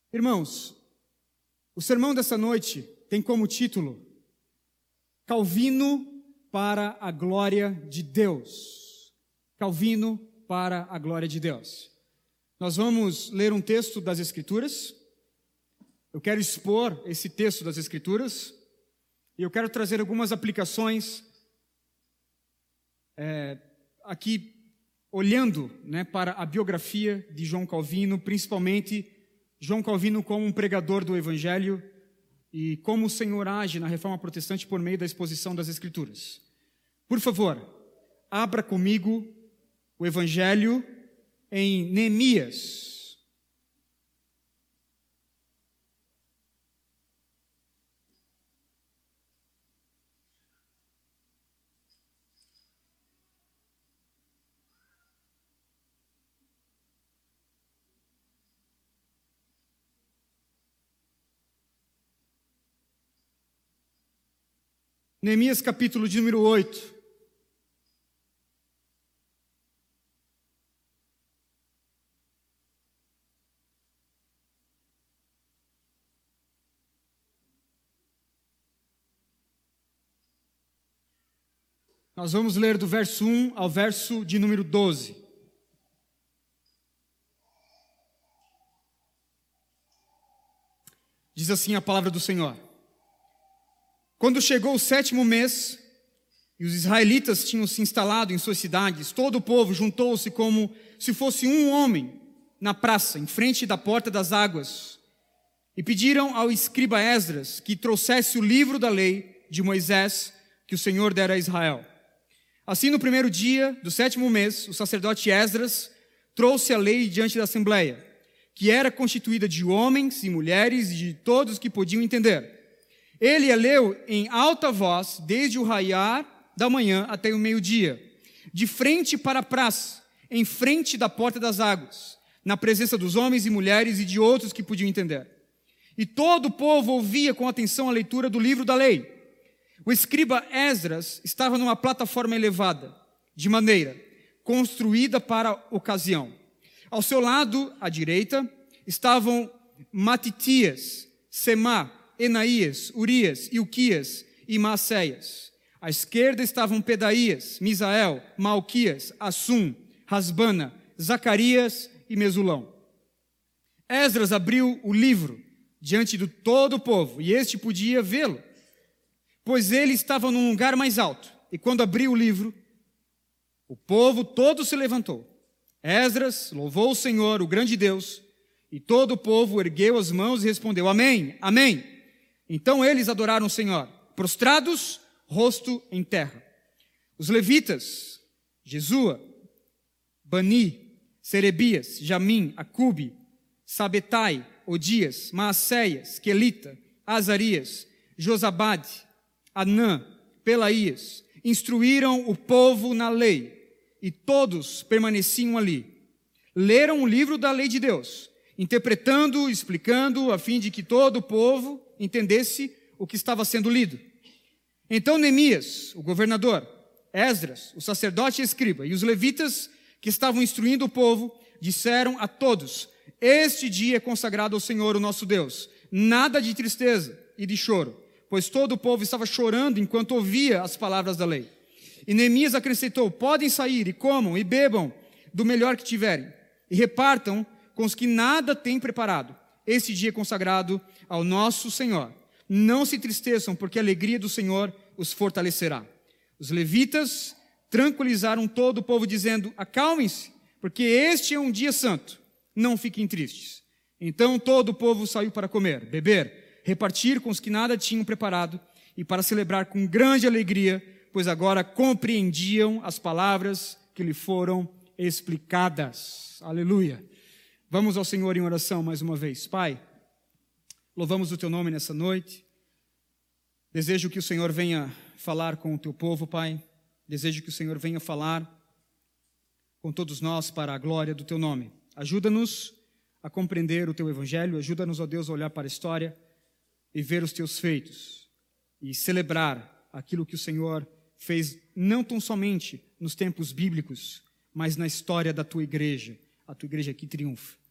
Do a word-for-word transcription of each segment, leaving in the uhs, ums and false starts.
Irmãos, o sermão dessa noite tem como título Calvino para a glória de Deus. Calvino para a glória de Deus. Nós vamos ler um texto das Escrituras. Eu quero expor esse texto das Escrituras e eu quero trazer algumas aplicações é, aqui, olhando né, para a biografia de João Calvino, principalmente João Calvino como um pregador do Evangelho e como o Senhor age na Reforma Protestante por meio da exposição das Escrituras. Por favor, abra comigo o Evangelho em Neemias. Neemias capítulo de número oito. Nós vamos ler do verso um ao verso de número doze. Diz assim a palavra do Senhor. Quando chegou o sétimo mês, e os israelitas tinham se instalado em suas cidades, todo o povo juntou-se como se fosse um homem na praça, em frente da porta das águas, e pediram ao escriba Esdras que trouxesse o livro da lei de Moisés que o Senhor dera a Israel. Assim, no primeiro dia do sétimo mês, o sacerdote Esdras trouxe a lei diante da assembleia, que era constituída de homens e mulheres e de todos que podiam entender. Ele a leu em alta voz, desde o raiar da manhã até o meio-dia, de frente para a praça, em frente da porta das águas, na presença dos homens e mulheres e de outros que podiam entender. E todo o povo ouvia com atenção a leitura do livro da lei. O escriba Esdras estava numa plataforma elevada, de madeira, construída para a ocasião. Ao seu lado, à direita, estavam Matitias, Semá, Enaías, Urias, Ilquias e Maacéias. À esquerda estavam Pedaías, Misael, Malquias, Assum, Rasbana, Zacarias e Mesulão. Esdras abriu o livro diante de todo o povo, e este podia vê-lo, pois ele estava num lugar mais alto. E quando abriu o livro, o povo todo se levantou. Esdras louvou o Senhor, o grande Deus, e todo o povo ergueu as mãos e respondeu: Amém, Amém. Então eles adoraram o Senhor, prostrados, rosto em terra. Os levitas, Jesua, Bani, Serebias, Jamim, Acube, Sabetai, Odias, Maacéias, Quelita, Azarias, Josabade, Anã, Pelaías, instruíram o povo na lei, e todos permaneciam ali. Leram o livro da lei de Deus, interpretando, explicando, a fim de que todo o povo entendesse o que estava sendo lido. Então Neemias, o governador, Esdras, o sacerdote e escriba, e os levitas que estavam instruindo o povo, disseram a todos: Este dia é consagrado ao Senhor, o nosso Deus. Nada de tristeza e de choro, pois todo o povo estava chorando enquanto ouvia as palavras da lei. E Neemias acrescentou: Podem sair e comam e bebam do melhor que tiverem, e repartam com os que nada têm preparado. Este dia é consagrado ao nosso Senhor. Não se entristeçam, porque a alegria do Senhor os fortalecerá. Os levitas tranquilizaram todo o povo, dizendo: Acalmem-se, porque este é um dia santo. Não fiquem tristes. Então todo o povo saiu para comer, beber, repartir com os que nada tinham preparado e para celebrar com grande alegria, pois agora compreendiam as palavras que lhe foram explicadas. Aleluia. Vamos ao Senhor em oração mais uma vez. Pai, louvamos o Teu nome nessa noite. Desejo que o Senhor venha falar com o Teu povo, Pai. Desejo que o Senhor venha falar com todos nós para a glória do Teu nome. Ajuda-nos a compreender o Teu Evangelho. Ajuda-nos, ó Deus, a olhar para a história e ver os Teus feitos. E celebrar aquilo que o Senhor fez, não tão somente nos tempos bíblicos, mas na história da Tua igreja. A Tua igreja que triunfa.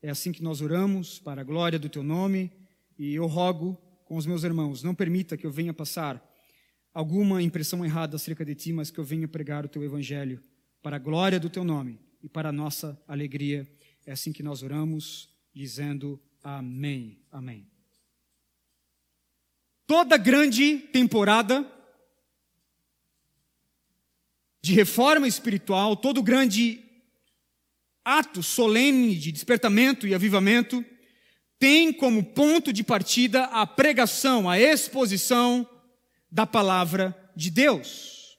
É assim que nós oramos, para a glória do teu nome, e eu rogo com os meus irmãos, não permita que eu venha passar alguma impressão errada acerca de ti, mas que eu venha pregar o teu evangelho para a glória do teu nome e para a nossa alegria. É assim que nós oramos, dizendo amém, amém. Toda grande temporada de reforma espiritual, todo grande ato solene de despertamento e avivamento, tem como ponto de partida a pregação, a exposição da palavra de Deus.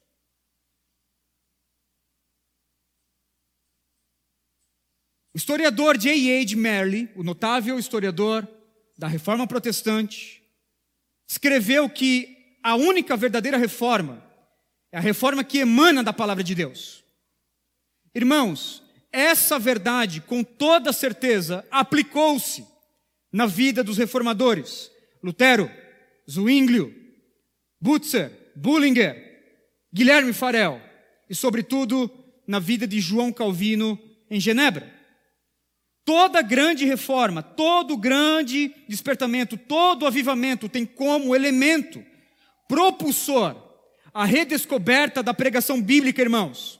O historiador J H Merle, o notável historiador da Reforma Protestante, escreveu que a única verdadeira reforma é a reforma que emana da palavra de Deus. Irmãos, essa verdade, com toda certeza, aplicou-se na vida dos reformadores. Lutero, Zwinglio, Butzer, Bullinger, Guilherme Farel e, sobretudo, na vida de João Calvino em Genebra. Toda grande reforma, todo grande despertamento, todo avivamento tem como elemento propulsor a redescoberta da pregação bíblica, irmãos.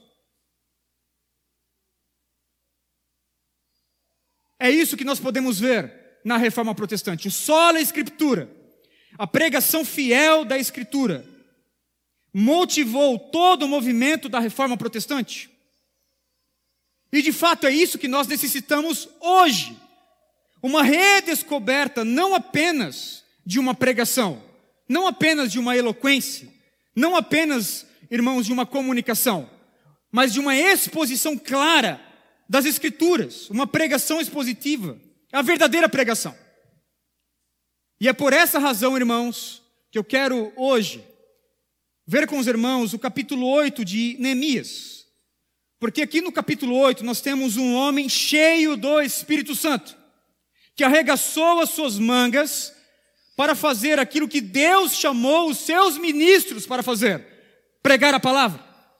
É isso que nós podemos ver na Reforma Protestante. Sola Escritura, a pregação fiel da Escritura, motivou todo o movimento da Reforma Protestante. E de fato é isso que nós necessitamos hoje. Uma redescoberta não apenas de uma pregação, não apenas de uma eloquência, não apenas, irmãos, de uma comunicação, mas de uma exposição clara das Escrituras, uma pregação expositiva, a verdadeira pregação. E é por essa razão, irmãos, que eu quero hoje ver com os irmãos o capítulo oito de Neemias. Porque aqui no capítulo oito nós temos um homem cheio do Espírito Santo, que arregaçou as suas mangas para fazer aquilo que Deus chamou os seus ministros para fazer: pregar a palavra.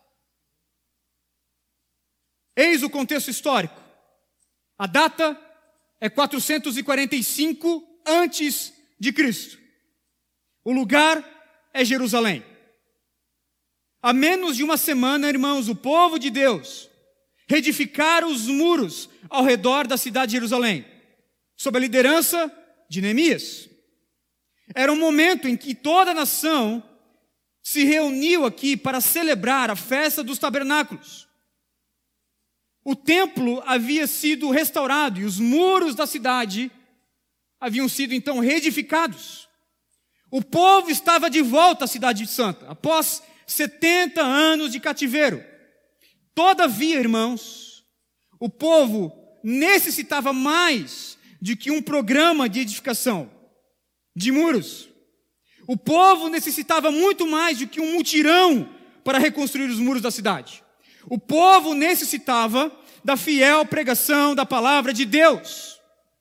Eis o contexto histórico. A data é quatrocentos e quarenta e cinco antes de Cristo. O lugar é Jerusalém. Há menos de uma semana, irmãos, o povo de Deus reedificaram os muros ao redor da cidade de Jerusalém, sob a liderança de Neemias. Era um momento em que toda a nação se reuniu aqui para celebrar a festa dos tabernáculos. O templo havia sido restaurado e os muros da cidade haviam sido então reedificados. O povo estava de volta à cidade santa, após setenta anos de cativeiro. Todavia, irmãos, o povo necessitava mais de que um programa de edificação de muros. O povo necessitava muito mais do que um mutirão para reconstruir os muros da cidade. O povo necessitava da fiel pregação da palavra de Deus.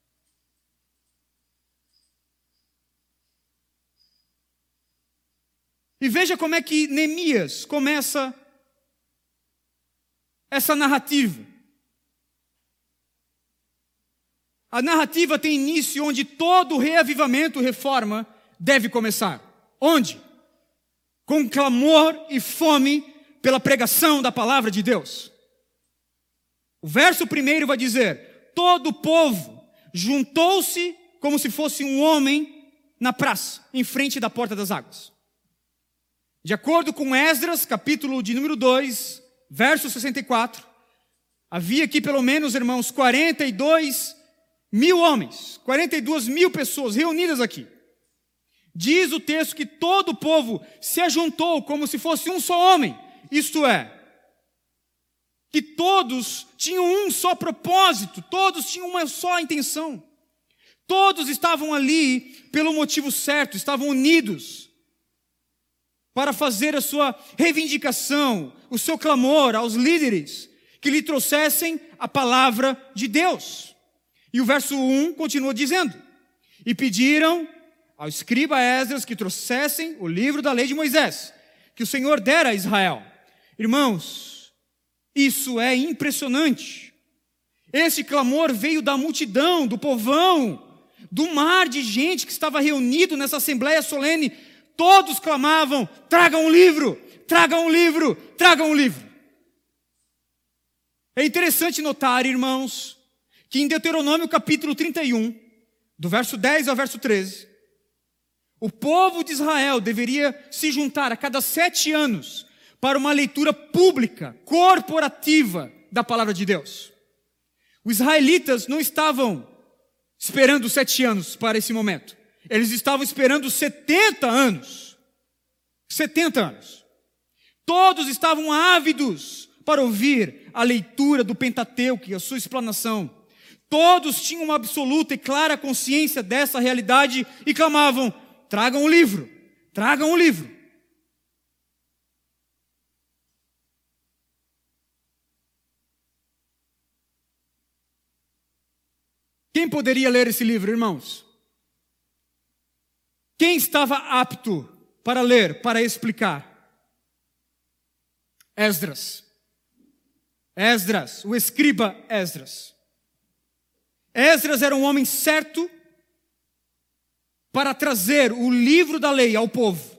E veja como é que Neemias começa essa narrativa. A narrativa tem início onde todo reavivamento, reforma, deve começar. Onde? Com clamor e fome pela pregação da palavra de Deus. O verso primeiro vai dizer: todo o povo juntou-se como se fosse um homem na praça, em frente da porta das águas. De acordo com Esdras, capítulo de número dois, verso sessenta e quatro, havia aqui pelo menos, irmãos, quarenta e dois mil homens, quarenta e duas mil pessoas reunidas aqui. Diz o texto que todo o povo se ajuntou como se fosse um só homem, isto é, que todos tinham um só propósito, todos tinham uma só intenção, todos estavam ali pelo motivo certo, estavam unidos para fazer a sua reivindicação, o seu clamor aos líderes que lhe trouxessem a palavra de Deus. E o verso um continua dizendo: e pediram ao escriba Esdras que trouxessem o livro da lei de Moisés, que o Senhor dera a Israel. Irmãos, isso é impressionante. Esse clamor veio da multidão, do povão, do mar de gente que estava reunido nessa assembleia solene. Todos clamavam: tragam um livro, tragam um livro, tragam um livro. É interessante notar, irmãos, que em Deuteronômio capítulo trinta e um, do verso dez ao verso treze, o povo de Israel deveria se juntar a cada sete anos para uma leitura pública, corporativa da palavra de Deus. Os israelitas não estavam esperando sete anos para esse momento. Eles estavam esperando setenta anos. setenta anos. Todos estavam ávidos para ouvir a leitura do Pentateuco e a sua explanação. Todos tinham uma absoluta e clara consciência dessa realidade e clamavam: tragam um livro, tragam um livro. Quem poderia ler esse livro, irmãos? Quem estava apto para ler, para explicar? Esdras. Esdras, o escriba Esdras. Esdras era um homem certo para trazer o livro da lei ao povo.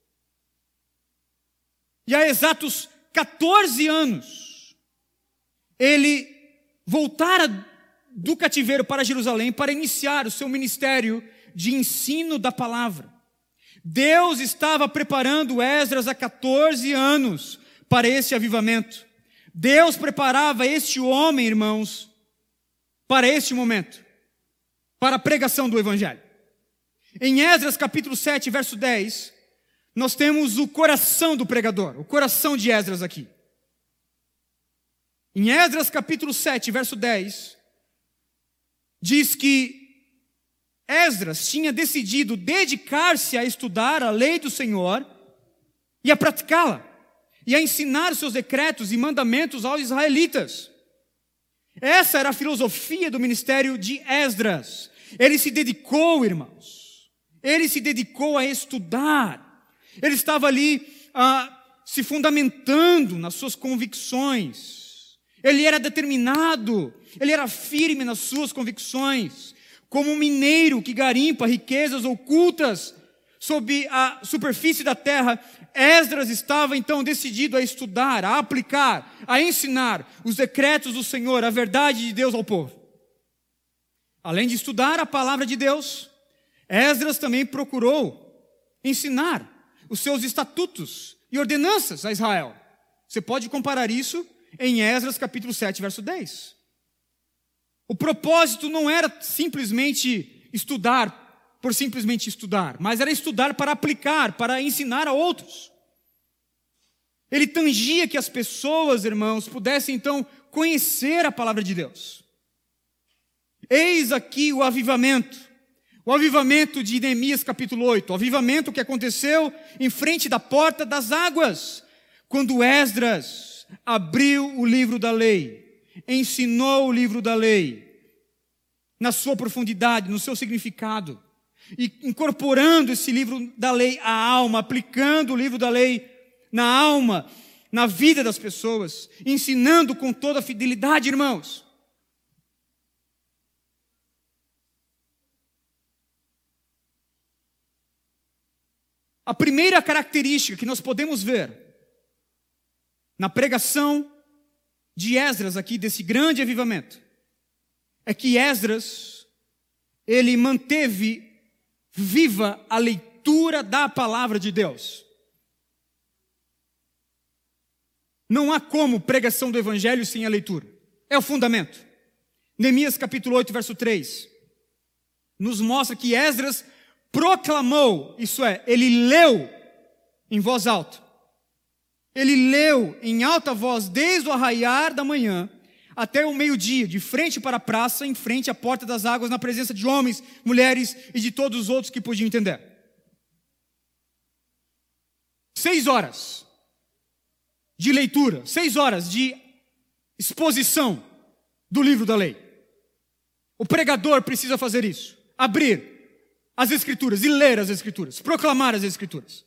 E há exatos quatorze anos, ele voltara do cativeiro para Jerusalém para iniciar o seu ministério de ensino da palavra. Deus estava preparando Esdras há quatorze anos para esse avivamento. Deus preparava este homem, irmãos, para este momento, para a pregação do evangelho. Em Esdras capítulo sete, verso dez, nós temos o coração do pregador, o coração de Esdras aqui. Em Esdras capítulo sete, verso dez, diz que Esdras tinha decidido dedicar-se a estudar a lei do Senhor e a praticá-la, e a ensinar os seus decretos e mandamentos aos israelitas. Essa era a filosofia do ministério de Esdras. Ele se dedicou, irmãos, ele se dedicou a estudar. Ele estava ali ah, se fundamentando nas suas convicções. Ele era determinado, ele era firme nas suas convicções. Como um mineiro que garimpa riquezas ocultas sob a superfície da terra, Esdras estava então decidido a estudar, a aplicar, a ensinar os decretos do Senhor, a verdade de Deus ao povo. Além de estudar a palavra de Deus, Esdras também procurou ensinar os seus estatutos e ordenanças a Israel. Você pode comparar isso em Esdras capítulo sete, verso dez. O propósito não era simplesmente estudar por simplesmente estudar, mas era estudar para aplicar, para ensinar a outros. Ele tangia que as pessoas, irmãos, pudessem então conhecer a palavra de Deus. Eis aqui o avivamento, o avivamento de Neemias capítulo oito, o avivamento que aconteceu em frente da porta das águas, quando Esdras abriu o livro da lei, ensinou o livro da lei, na sua profundidade, no seu significado, e incorporando esse livro da lei à alma, aplicando o livro da lei na alma, na vida das pessoas, ensinando com toda a fidelidade, irmãos. A primeira característica que nós podemos ver na pregação de Esdras aqui, desse grande avivamento, é que Esdras, ele manteve viva a leitura da palavra de Deus. Não há como pregação do evangelho sem a leitura. É o fundamento. Neemias capítulo oito, verso três, nos mostra que Esdras proclamou, isso é, ele leu em voz alta. Ele leu em alta voz desde o arraiar da manhã até o meio-dia, de frente para a praça, em frente à porta das águas, na presença de homens, mulheres e de todos os outros que podiam entender. Seis horas de leitura, seis horas de exposição do livro da lei. O pregador precisa fazer isso, abrir as Escrituras e ler as Escrituras, proclamar as Escrituras.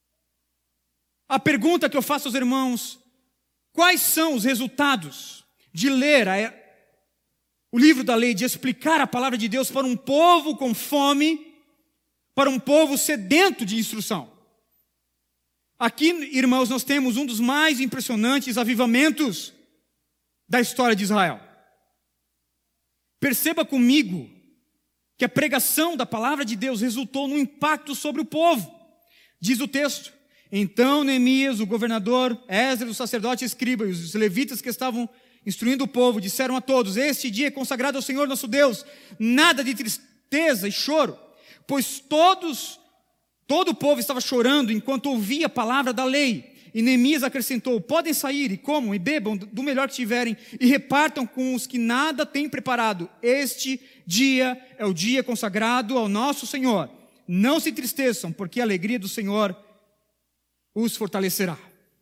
A pergunta que eu faço aos irmãos: quais são os resultados de ler a, o livro da lei, de explicar a palavra de Deus para um povo com fome, para um povo sedento de instrução. Aqui, irmãos, nós temos um dos mais impressionantes avivamentos da história de Israel. Perceba comigo que a pregação da palavra de Deus resultou num impacto sobre o povo. Diz o texto: então Neemias, o governador, Esdras, o sacerdote e escriba, e os levitas que estavam instruindo o povo, disseram a todos: este dia é consagrado ao Senhor nosso Deus, nada de tristeza e choro, pois todos, todo o povo estava chorando enquanto ouvia a palavra da lei. E Neemias acrescentou: podem sair e comam e bebam do melhor que tiverem e repartam com os que nada têm preparado. Este dia é o dia consagrado ao nosso Senhor. Não se entristeçam, porque a alegria do Senhor os fortalecerá.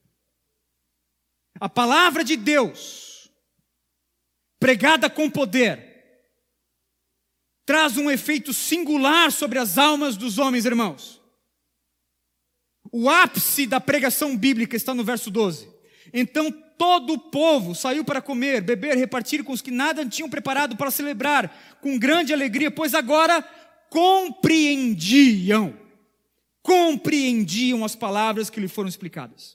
A palavra de Deus, pregada com poder, traz um efeito singular sobre as almas dos homens, irmãos. O ápice da pregação bíblica está no verso doze. Então todo o povo saiu para comer, beber, repartir com os que nada tinham preparado para celebrar com grande alegria, pois agora compreendiam, compreendiam as palavras que lhe foram explicadas.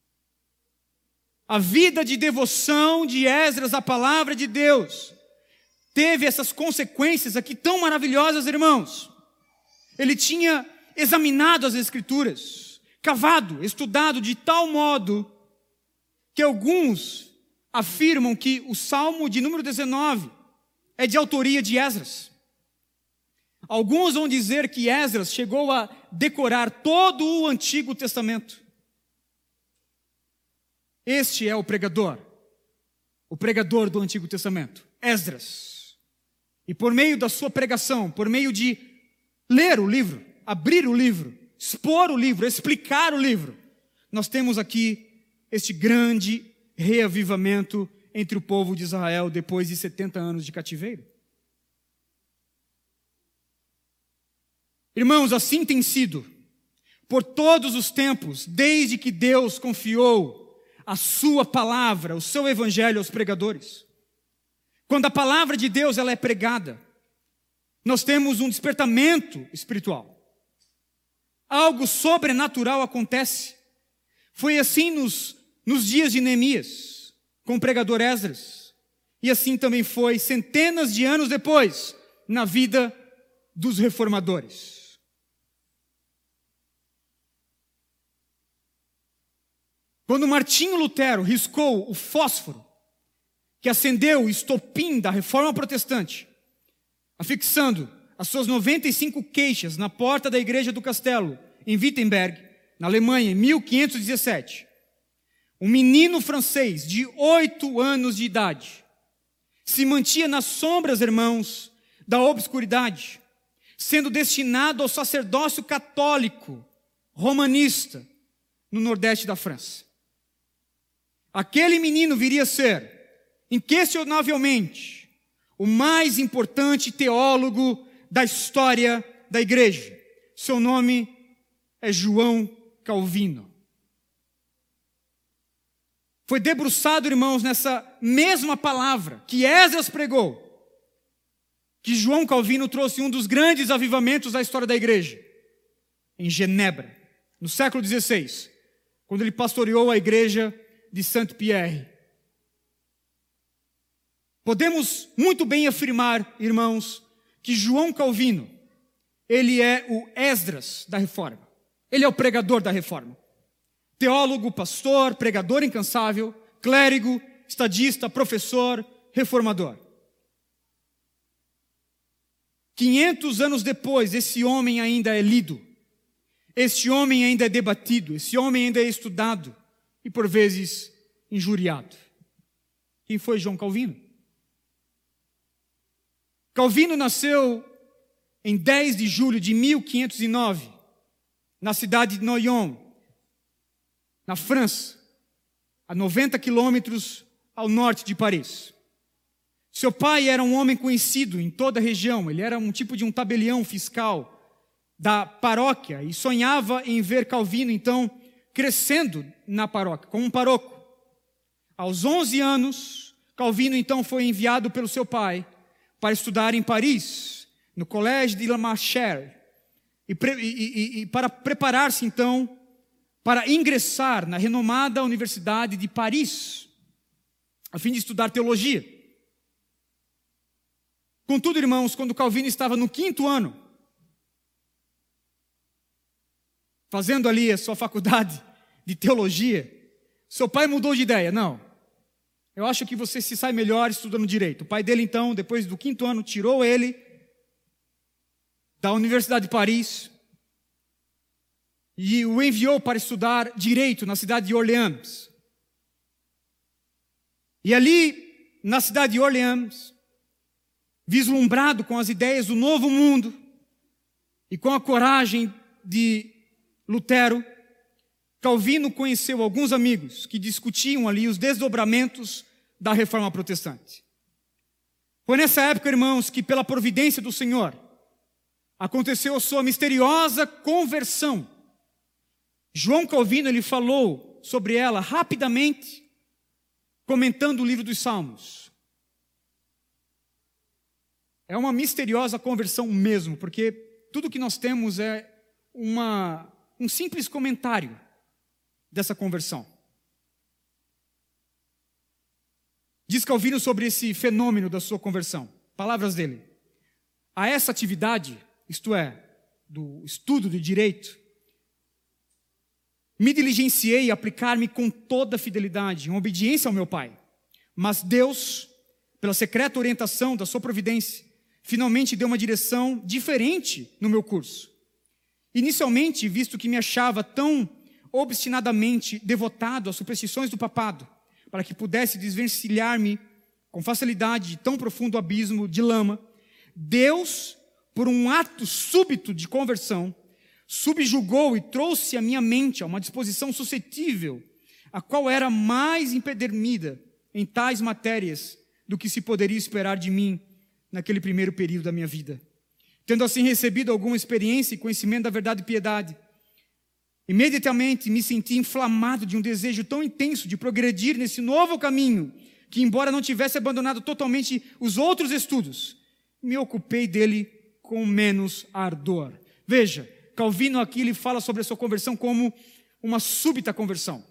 A vida de devoção de Esdras à palavra de Deus teve essas consequências aqui tão maravilhosas, irmãos. Ele tinha examinado as Escrituras, cavado, estudado de tal modo que alguns afirmam que o Salmo de número dezenove é de autoria de Esdras. Alguns vão dizer que Esdras chegou a decorar todo o Antigo Testamento. Este é o pregador, o pregador do Antigo Testamento, Esdras. E por meio da sua pregação, por meio de ler o livro, abrir o livro, expor o livro, explicar o livro, nós temos aqui este grande reavivamento entre o povo de Israel depois de setenta anos de cativeiro. Irmãos, assim tem sido por todos os tempos, desde que Deus confiou a sua palavra, o seu evangelho aos pregadores. Quando a palavra de Deus ela é pregada, nós temos um despertamento espiritual. Algo sobrenatural acontece. Foi assim nos, nos dias de Neemias, com o pregador Esdras. E assim também foi centenas de anos depois, na vida dos reformadores. Quando Martinho Lutero riscou o fósforo que acendeu o estopim da reforma protestante, afixando as suas noventa e cinco queixas na porta da igreja do castelo, em Wittenberg, na Alemanha, em mil quinhentos e dezessete, um menino francês de oito anos de idade se mantinha nas sombras, irmãos, da obscuridade, sendo destinado ao sacerdócio católico romanista no nordeste da França. Aquele menino viria a ser, inquestionavelmente, o mais importante teólogo da história da igreja. Seu nome é João Calvino. Foi debruçado, irmãos, nessa mesma palavra que Esdras pregou, que João Calvino trouxe um dos grandes avivamentos da história da igreja, em Genebra, no século dezesseis, quando ele pastoreou a igreja de Saint-Pierre. Podemos muito bem afirmar, irmãos, que João Calvino, ele é o Esdras da reforma. Ele é o pregador da reforma. Teólogo, pastor, pregador incansável, clérigo, estadista, professor, reformador. quinhentos anos depois, esse homem ainda é lido. Este homem ainda é debatido. Esse homem ainda é estudado. E por vezes injuriado. Quem foi João Calvino? Calvino nasceu em dez de julho de mil quinhentos e nove, na cidade de Noyon, na França, a noventa quilômetros ao norte de Paris. Seu pai era um homem conhecido em toda a região. Ele era um tipo de um tabelião fiscal da paróquia e sonhava em ver Calvino, então, crescendo na paróquia, como um paroco. Aos onze anos, Calvino então foi enviado pelo seu pai para estudar em Paris, no Collège de La Marchère, e, e, e, e para preparar-se então para ingressar na renomada Universidade de Paris, a fim de estudar teologia. Contudo, irmãos, quando Calvino estava no quinto ano, fazendo ali a sua faculdade de teologia, seu pai mudou de ideia. Não, eu acho que você se sai melhor estudando direito. O pai dele, então, depois do quinto ano, tirou ele da Universidade de Paris e o enviou para estudar direito na cidade de Orleans. E ali, na cidade de Orleans, vislumbrado com as ideias do novo mundo e com a coragem de Lutero, Calvino conheceu alguns amigos que discutiam ali os desdobramentos da reforma protestante. Foi nessa época, irmãos, que pela providência do Senhor, aconteceu a sua misteriosa conversão. João Calvino, ele falou sobre ela rapidamente, comentando o livro dos Salmos. É uma misteriosa conversão mesmo, porque tudo que nós temos é uma, um simples comentário dessa conversão. Diz Calvino sobre esse fenômeno da sua conversão. Palavras dele. A essa atividade, isto é, do estudo do direito, me diligenciei a aplicar-me com toda fidelidade, em obediência ao meu pai. Mas Deus, pela secreta orientação da sua providência, finalmente deu uma direção diferente no meu curso. Inicialmente, visto que me achava tão obstinadamente devotado às superstições do papado, para que pudesse desvencilhar-me com facilidade de tão profundo abismo de lama, Deus, por um ato súbito de conversão, subjugou e trouxe a minha mente a uma disposição suscetível, a qual era mais empedermida em tais matérias do que se poderia esperar de mim naquele primeiro período da minha vida. Tendo assim recebido alguma experiência e conhecimento da verdade e piedade, imediatamente me senti inflamado de um desejo tão intenso de progredir nesse novo caminho, que embora não tivesse abandonado totalmente os outros estudos, me ocupei dele com menos ardor. Veja, Calvino aqui ele fala sobre a sua conversão como uma súbita conversão.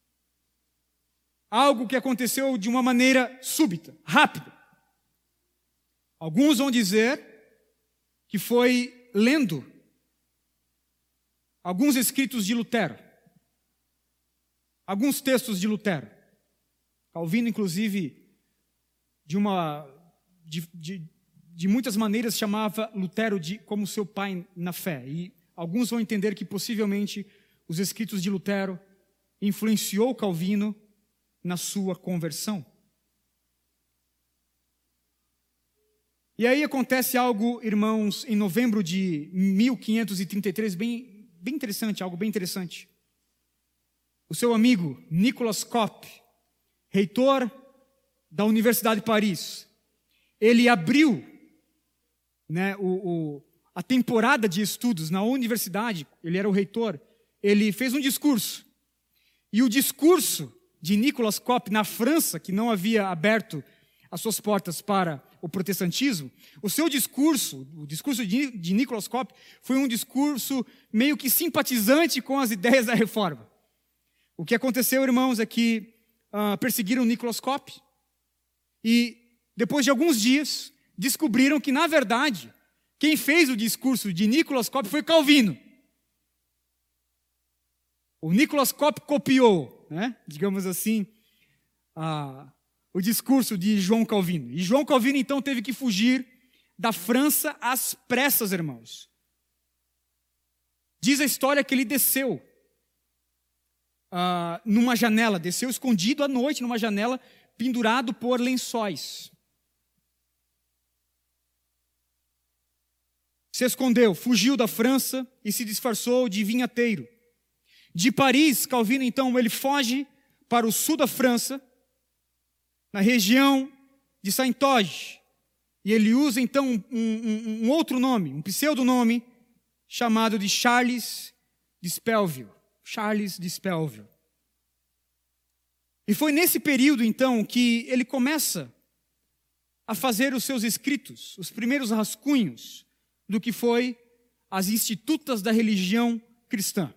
Algo que aconteceu de uma maneira súbita, rápida. Alguns vão dizer que foi lendo alguns escritos de Lutero, alguns textos de Lutero. Calvino, inclusive, de, uma, de, de, de muitas maneiras chamava Lutero de como seu pai na fé. E alguns vão entender que possivelmente os escritos de Lutero influenciou Calvino na sua conversão. E aí acontece algo, irmãos, em novembro de mil quinhentos e trinta e três, bem, bem interessante, algo bem interessante. O seu amigo Nicolas Cop, reitor da Universidade de Paris, ele abriu, né, o, o, a temporada de estudos na universidade, ele era o reitor, ele fez um discurso. E o discurso de Nicolas Cop na França, que não havia aberto as suas portas para o protestantismo, o seu discurso, o discurso de, de Nicolas Cop, foi um discurso meio que simpatizante com as ideias da reforma. O que aconteceu, irmãos, é que uh, perseguiram Nicolas Cop e, depois de alguns dias, descobriram que, na verdade, quem fez o discurso de Nicolas Cop foi Calvino. O Nicolas Cop copiou, né, digamos assim, a... Uh, o discurso de João Calvino. E João Calvino, então, teve que fugir da França às pressas, irmãos. Diz a história que ele desceu uh, numa janela, desceu escondido à noite numa janela, pendurado por lençóis. Se escondeu, fugiu da França e se disfarçou de vinhateiro. De Paris, Calvino, então, ele foge para o sul da França, na região de Saintonge, e ele usa então um, um, um outro nome, um pseudonome, chamado de Charles de Spelleville. Charles de Spelleville. E foi nesse período, então, que ele começa a fazer os seus escritos, os primeiros rascunhos do que foi as institutas da religião cristã.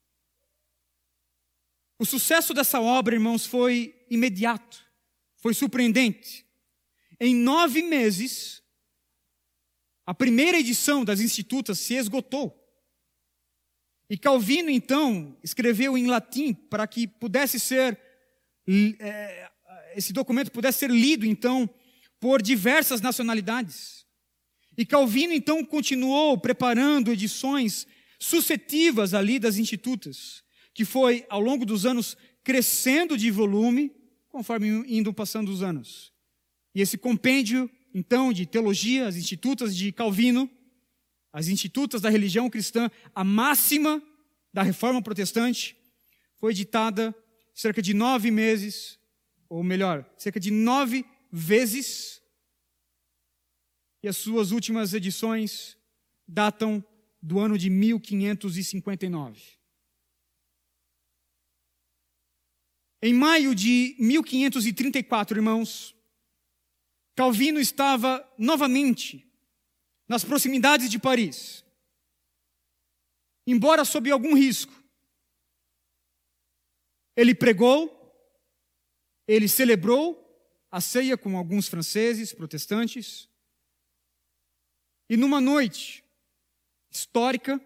O sucesso dessa obra, irmãos, foi imediato, foi surpreendente. Em nove meses, a primeira edição das institutas se esgotou. E Calvino, então, escreveu em latim para que pudesse ser, é, esse documento pudesse ser lido, então, por diversas nacionalidades. E Calvino, então, continuou preparando edições sucessivas ali das institutas, que foi, ao longo dos anos, crescendo de volume, conforme indo passando os anos. E esse compêndio, então, de teologia, as institutas de Calvino, as institutas da religião cristã, a máxima da reforma protestante, foi editada cerca de nove meses, ou melhor, cerca de nove vezes, e as suas últimas edições datam do ano de mil quinhentos e cinquenta e nove. Em maio de mil quinhentos e trinta e quatro, irmãos, Calvino estava novamente nas proximidades de Paris, embora sob algum risco. Ele pregou, ele celebrou a ceia com alguns franceses protestantes, e numa noite histórica,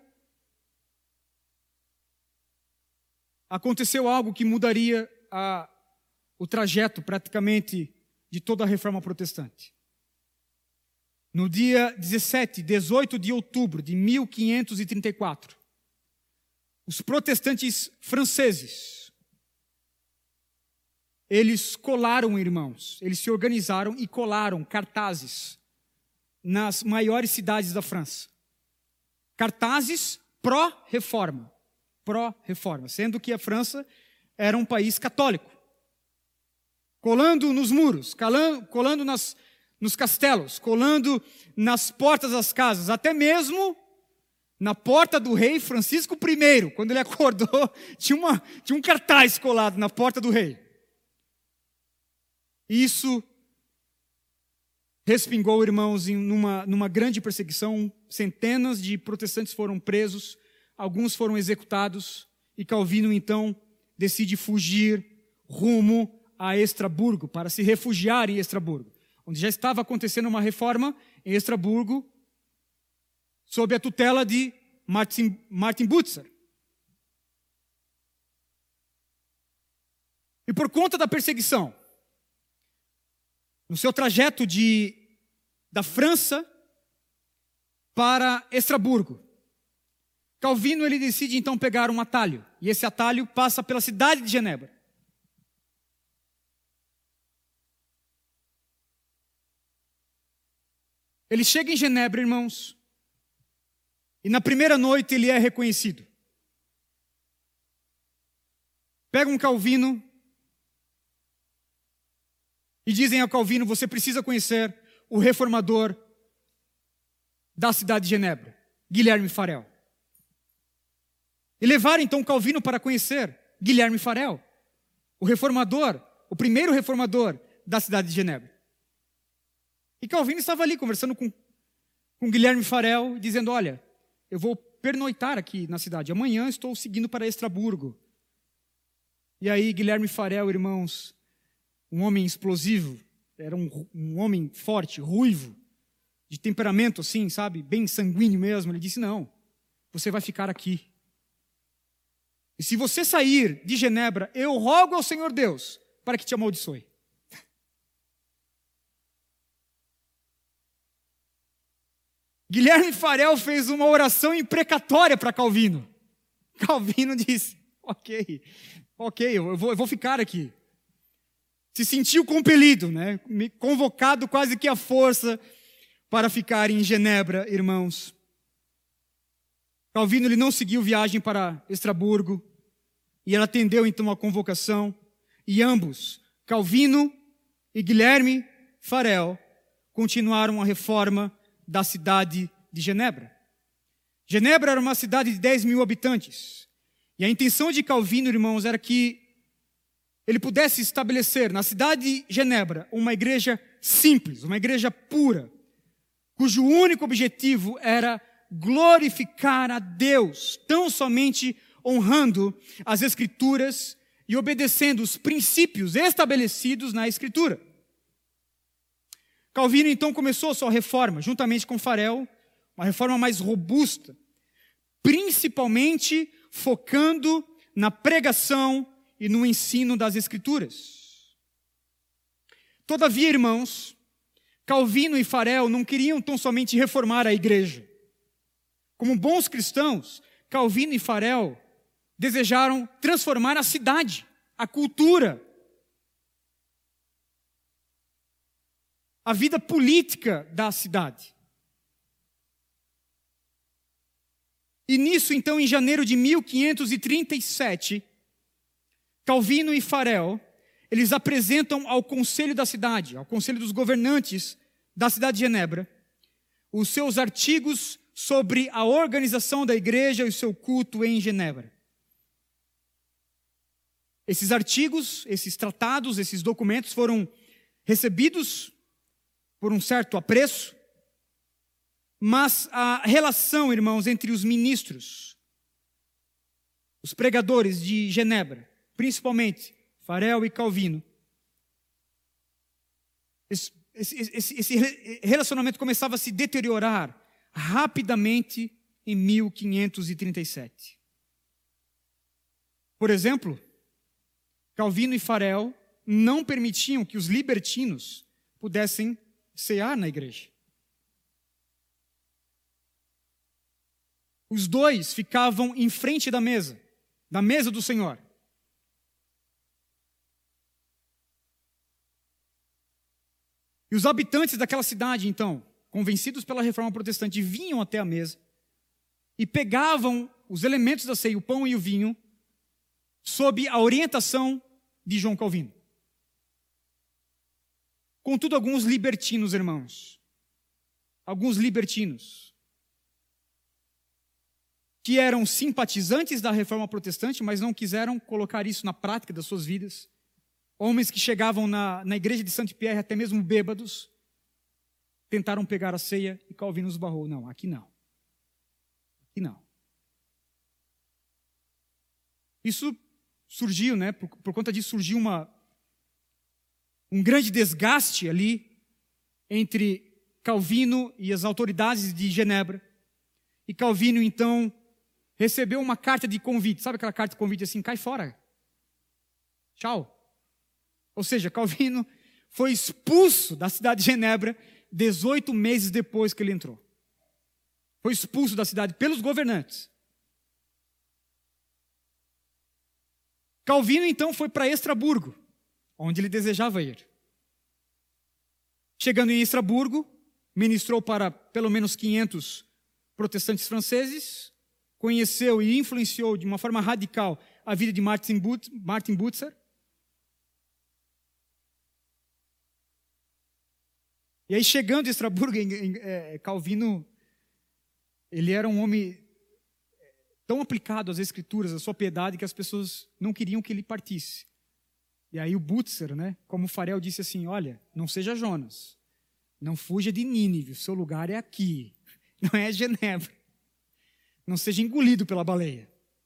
aconteceu algo que mudaria a, o trajeto praticamente de toda a reforma protestante. No dia dezessete, dezoito de outubro de mil quinhentos e trinta e quatro, os protestantes franceses, eles colaram, irmãos, eles se organizaram e colaram cartazes nas maiores cidades da França. Cartazes pró-reforma, pró-reforma, sendo que a França era um país católico. Colando nos muros, colando, colando nas, nos castelos, colando nas portas das casas, até mesmo na porta do rei Francisco I, quando ele acordou, tinha, uma, tinha um cartaz colado na porta do rei. Isso respingou, irmãos, em numa, numa grande perseguição. Centenas de protestantes foram presos, alguns foram executados, e Calvino, então, decide fugir rumo a Estrasburgo, para se refugiar em Estrasburgo, onde já estava acontecendo uma reforma em Estrasburgo, sob a tutela de Martin, Martin Butzer. E por conta da perseguição, no seu trajeto de, da França para Estrasburgo, Calvino ele decide então pegar um atalho, e esse atalho passa pela cidade de Genebra. Ele chega em Genebra, irmãos, e na primeira noite ele é reconhecido. Pegam um Calvino e dizem a Calvino: você precisa conhecer o reformador da cidade de Genebra, Guilherme Farel. E levaram então Calvino para conhecer Guilherme Farel, o reformador, o primeiro reformador da cidade de Genebra. E Calvino estava ali conversando com, com Guilherme Farel, dizendo: olha, eu vou pernoitar aqui na cidade, amanhã estou seguindo para Estrasburgo. E aí Guilherme Farel, irmãos, um homem explosivo, era um, um homem forte, ruivo, de temperamento assim, sabe, bem sanguíneo mesmo, ele disse: não, você vai ficar aqui. E se você sair de Genebra, eu rogo ao Senhor Deus para que te amaldiçoe. Guilherme Farel fez uma oração imprecatória para Calvino. Calvino disse: ok, ok, eu vou, eu vou ficar aqui. Se sentiu compelido, né? Convocado quase que à força para ficar em Genebra, irmãos. Calvino ele não seguiu viagem para Estrasburgo, e ele atendeu então a convocação, e ambos, Calvino e Guilherme Farel, continuaram a reforma da cidade de Genebra. Genebra era uma cidade de dez mil habitantes. E a intenção de Calvino, irmãos, era que ele pudesse estabelecer na cidade de Genebra uma igreja simples, uma igreja pura, cujo único objetivo era glorificar a Deus, tão somente honrando as Escrituras e obedecendo os princípios estabelecidos na Escritura. Calvino então começou a sua reforma, juntamente com Farel, uma reforma mais robusta, principalmente focando na pregação e no ensino das Escrituras. Todavia, irmãos, Calvino e Farel não queriam tão somente reformar a igreja. Como bons cristãos, Calvino e Farel desejaram transformar a cidade, a cultura, a vida política da cidade. E nisso, então, em janeiro de mil quinhentos e trinta e sete, Calvino e Farel, eles apresentam ao conselho da cidade, ao conselho dos governantes da cidade de Genebra, os seus artigos sobre a organização da igreja e o seu culto em Genebra. Esses artigos, esses tratados, esses documentos foram recebidos por um certo apreço, mas a relação, irmãos, entre os ministros, os pregadores de Genebra, principalmente Farel e Calvino, esse, esse, esse relacionamento começava a se deteriorar rapidamente em mil quinhentos e trinta e sete. Por exemplo, Calvino e Farel não permitiam que os libertinos pudessem cear na igreja. Os dois ficavam em frente da mesa, da mesa do Senhor. E os habitantes daquela cidade, então, convencidos pela reforma protestante, vinham até a mesa e pegavam os elementos da ceia, o pão e o vinho, sob a orientação de João Calvino. Contudo, alguns libertinos, irmãos, alguns libertinos, que eram simpatizantes da reforma protestante, mas não quiseram colocar isso na prática das suas vidas, homens que chegavam na, na igreja de Saint-Pierre até mesmo bêbados, tentaram pegar a ceia e Calvino os barrou. Não, aqui não. Aqui não. Isso surgiu, né? Por, por conta disso surgiu uma, um grande desgaste ali entre Calvino e as autoridades de Genebra. E Calvino, então, recebeu uma carta de convite. Sabe aquela carta de convite assim, cai fora. Tchau. Ou seja, Calvino foi expulso da cidade de Genebra dezoito meses depois que ele entrou. Foi expulso da cidade pelos governantes. Calvino, então, foi para Estraburgo, onde ele desejava ir. Chegando em Estraburgo, ministrou para pelo menos quinhentos protestantes franceses, conheceu e influenciou de uma forma radical a vida de Martin Bucer. E aí, chegando em Estraburgo, Calvino, ele era um homem tão aplicado às Escrituras, à sua piedade, que as pessoas não queriam que ele partisse. E aí o Bucer, né, como Farel, disse assim, olha, não seja Jonas, não fuja de Nínive, o seu lugar é aqui, não é Genebra. Não seja engolido pela baleia.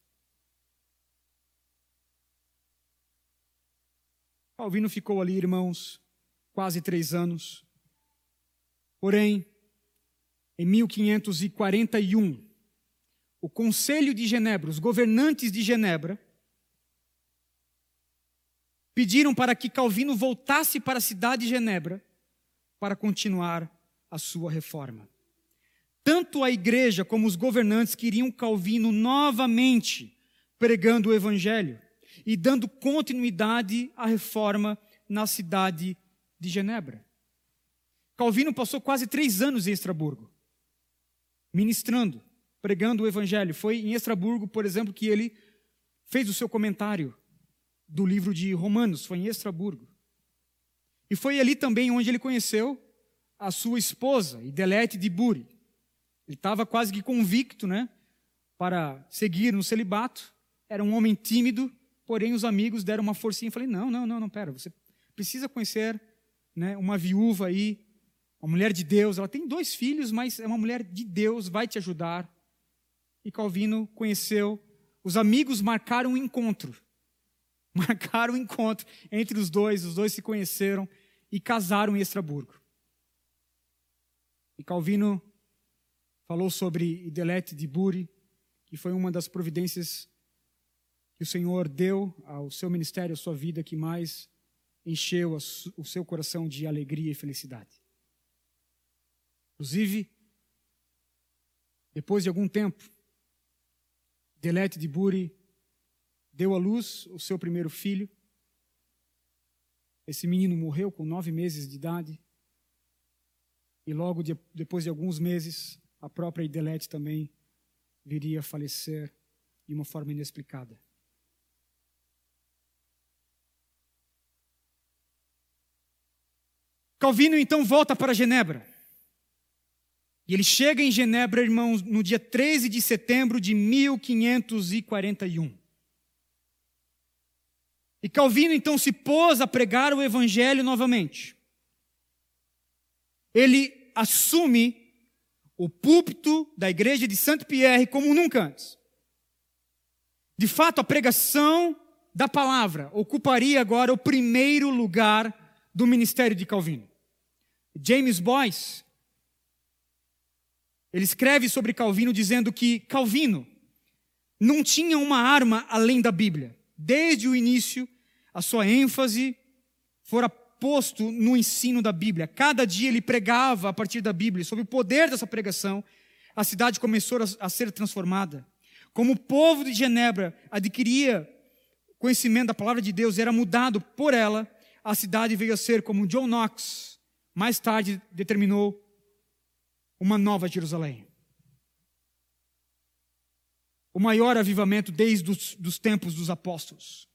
Calvino ficou ali, irmãos, quase três anos. Porém, em mil quinhentos e quarenta e um, o Conselho de Genebra, os governantes de Genebra, pediram para que Calvino voltasse para a cidade de Genebra para continuar a sua reforma. Tanto a igreja como os governantes queriam Calvino novamente pregando o evangelho e dando continuidade à reforma na cidade de Genebra. Calvino passou quase três anos em Estraburgo, ministrando, pregando o evangelho. Foi em Estraburgo, por exemplo, que ele fez o seu comentário do livro de Romanos, foi em Estraburgo. E foi ali também onde ele conheceu a sua esposa, Idelete de Buri. Ele estava quase que convicto, né, para seguir no celibato. Era um homem tímido, porém os amigos deram uma forcinha. Eu falei, não, não, não, não, pera, você precisa conhecer, né, uma viúva aí, uma mulher de Deus. Ela tem dois filhos, mas é uma mulher de Deus, vai te ajudar. E Calvino conheceu, os amigos marcaram um encontro. Marcaram um encontro entre os dois, os dois se conheceram e casaram em Estraburgo. E Calvino falou sobre Idelete de Buri, que foi uma das providências que o Senhor deu ao seu ministério, à sua vida, que mais encheu o seu coração de alegria e felicidade. Inclusive, depois de algum tempo, Idelete de Buri deu à luz o seu primeiro filho. Esse menino morreu com nove meses de idade. E logo de, depois de alguns meses, a própria Idelete também viria a falecer de uma forma inexplicada. Calvino então volta para Genebra. E ele chega em Genebra, irmãos, no dia treze de setembro de mil quinhentos e quarenta e um. E Calvino então se pôs a pregar o evangelho novamente. Ele assume o púlpito da igreja de Saint-Pierre como nunca antes. De fato, a pregação da palavra ocuparia agora o primeiro lugar do ministério de Calvino. James Boyce, ele escreve sobre Calvino dizendo que Calvino não tinha uma arma além da Bíblia. Desde o início, a sua ênfase fora posto no ensino da Bíblia. Cada dia ele pregava a partir da Bíblia. Sob o poder dessa pregação, a cidade começou a ser transformada. Como o povo de Genebra adquiria conhecimento da palavra de Deus e era mudado por ela, a cidade veio a ser como John Knox mais tarde determinou uma nova Jerusalém. O maior avivamento desde os dos tempos dos apóstolos.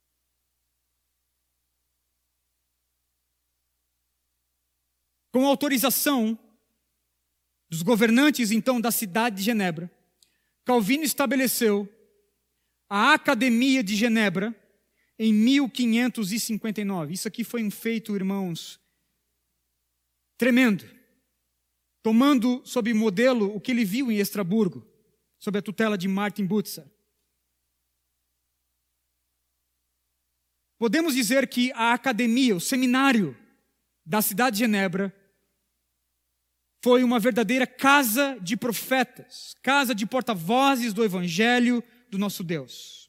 Com autorização dos governantes, então, da cidade de Genebra, Calvino estabeleceu a Academia de Genebra em mil quinhentos e cinquenta e nove. Isso aqui foi um feito, irmãos, tremendo. Tomando sob modelo o que ele viu em Estraburgo, sob a tutela de Martin Butzer. Podemos dizer que a academia, o seminário da cidade de Genebra, foi uma verdadeira casa de profetas, casa de porta-vozes do evangelho do nosso Deus.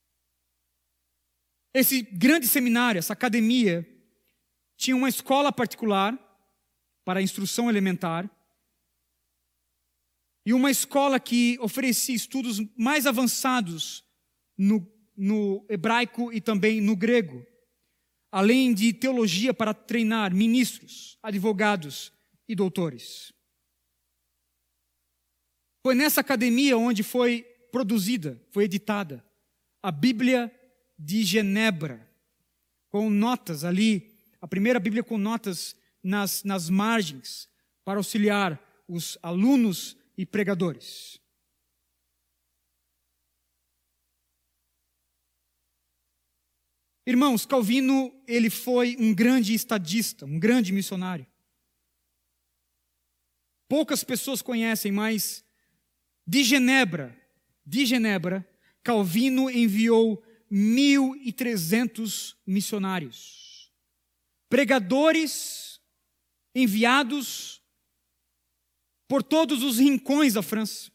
Esse grande seminário, essa academia, tinha uma escola particular para a instrução elementar, e uma escola que oferecia estudos mais avançados no, no hebraico e também no grego, além de teologia para treinar ministros, advogados e doutores. Foi nessa academia onde foi produzida, foi editada, a Bíblia de Genebra, com notas ali, a primeira Bíblia com notas nas, nas margens, para auxiliar os alunos e pregadores. Irmãos, Calvino, ele foi um grande estadista, um grande missionário. Poucas pessoas conhecem, mas de Genebra, de Genebra, Calvino enviou mil e trezentos missionários. Pregadores enviados por todos os rincões da França.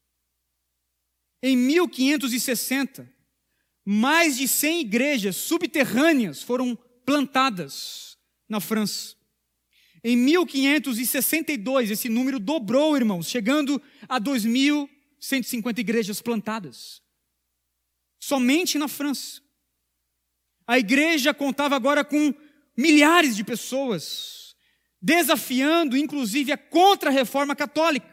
Em mil quinhentos e sessenta, mais de cem igrejas subterrâneas foram plantadas na França. Em mil quinhentos e sessenta e dois, esse número dobrou, irmãos, chegando a dois mil cento e cinquenta igrejas plantadas. Somente na França. A igreja contava agora com milhares de pessoas, desafiando, inclusive, a contra-reforma católica.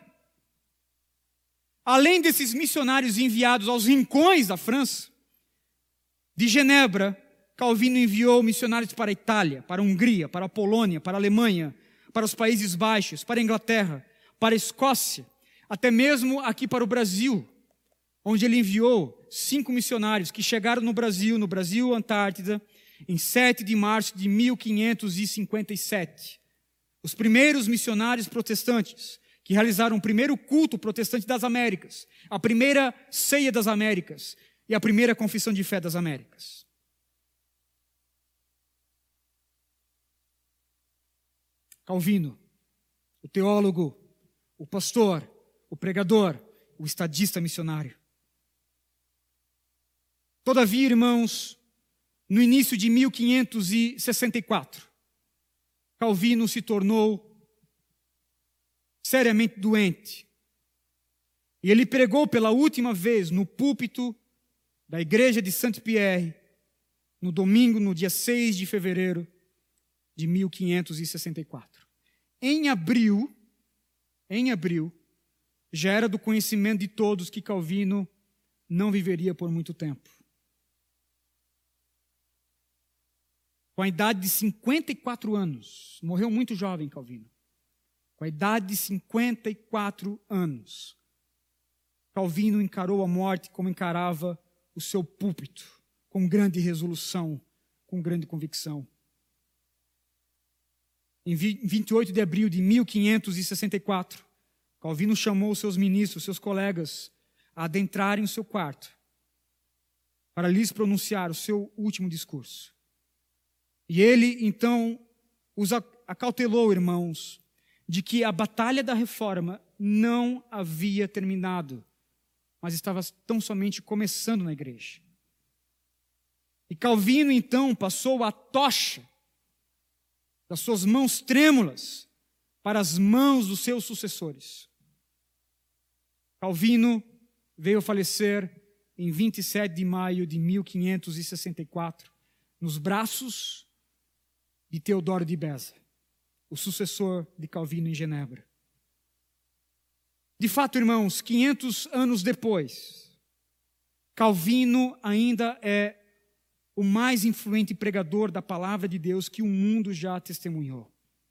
Além desses missionários enviados aos rincões da França, de Genebra, Calvino enviou missionários para a Itália, para a Hungria, para a Polônia, para a Alemanha, para os Países Baixos, para a Inglaterra, para a Escócia, até mesmo aqui para o Brasil. onde ele enviou cinco missionários que chegaram no Brasil, no Brasil Antártida, em sete de março de mil quinhentos e cinquenta e sete. Os primeiros missionários protestantes que realizaram o primeiro culto protestante das Américas, a primeira ceia das Américas e a primeira confissão de fé das Américas. Calvino, o teólogo, o pastor, o pregador, o estadista missionário. Todavia, irmãos, no início de mil quinhentos e sessenta e quatro, Calvino se tornou seriamente doente. E ele pregou pela última vez no púlpito da igreja de Saint-Pierre, no domingo, no dia seis de fevereiro de mil quinhentos e sessenta e quatro. Em abril, em abril, já era do conhecimento de todos que Calvino não viveria por muito tempo. Com a idade de cinquenta e quatro anos, morreu muito jovem Calvino. Com a idade de cinquenta e quatro anos, Calvino encarou a morte como encarava o seu púlpito, com grande resolução, com grande convicção. Em vinte e oito de abril de mil quinhentos e sessenta e quatro, Calvino chamou seus ministros, seus colegas, a adentrarem o seu quarto para lhes pronunciar o seu último discurso. E ele, então, os acautelou, irmãos, de que a batalha da reforma não havia terminado, mas estava tão somente começando na igreja. E Calvino, então, passou a tocha das suas mãos trêmulas para as mãos dos seus sucessores. Calvino veio a falecer em vinte e sete de maio de mil quinhentos e sessenta e quatro, nos braços de Teodoro de Beza, o sucessor de Calvino em Genebra. De fato, irmãos, quinhentos anos depois, Calvino ainda é o mais influente pregador da palavra de Deus que o mundo já testemunhou.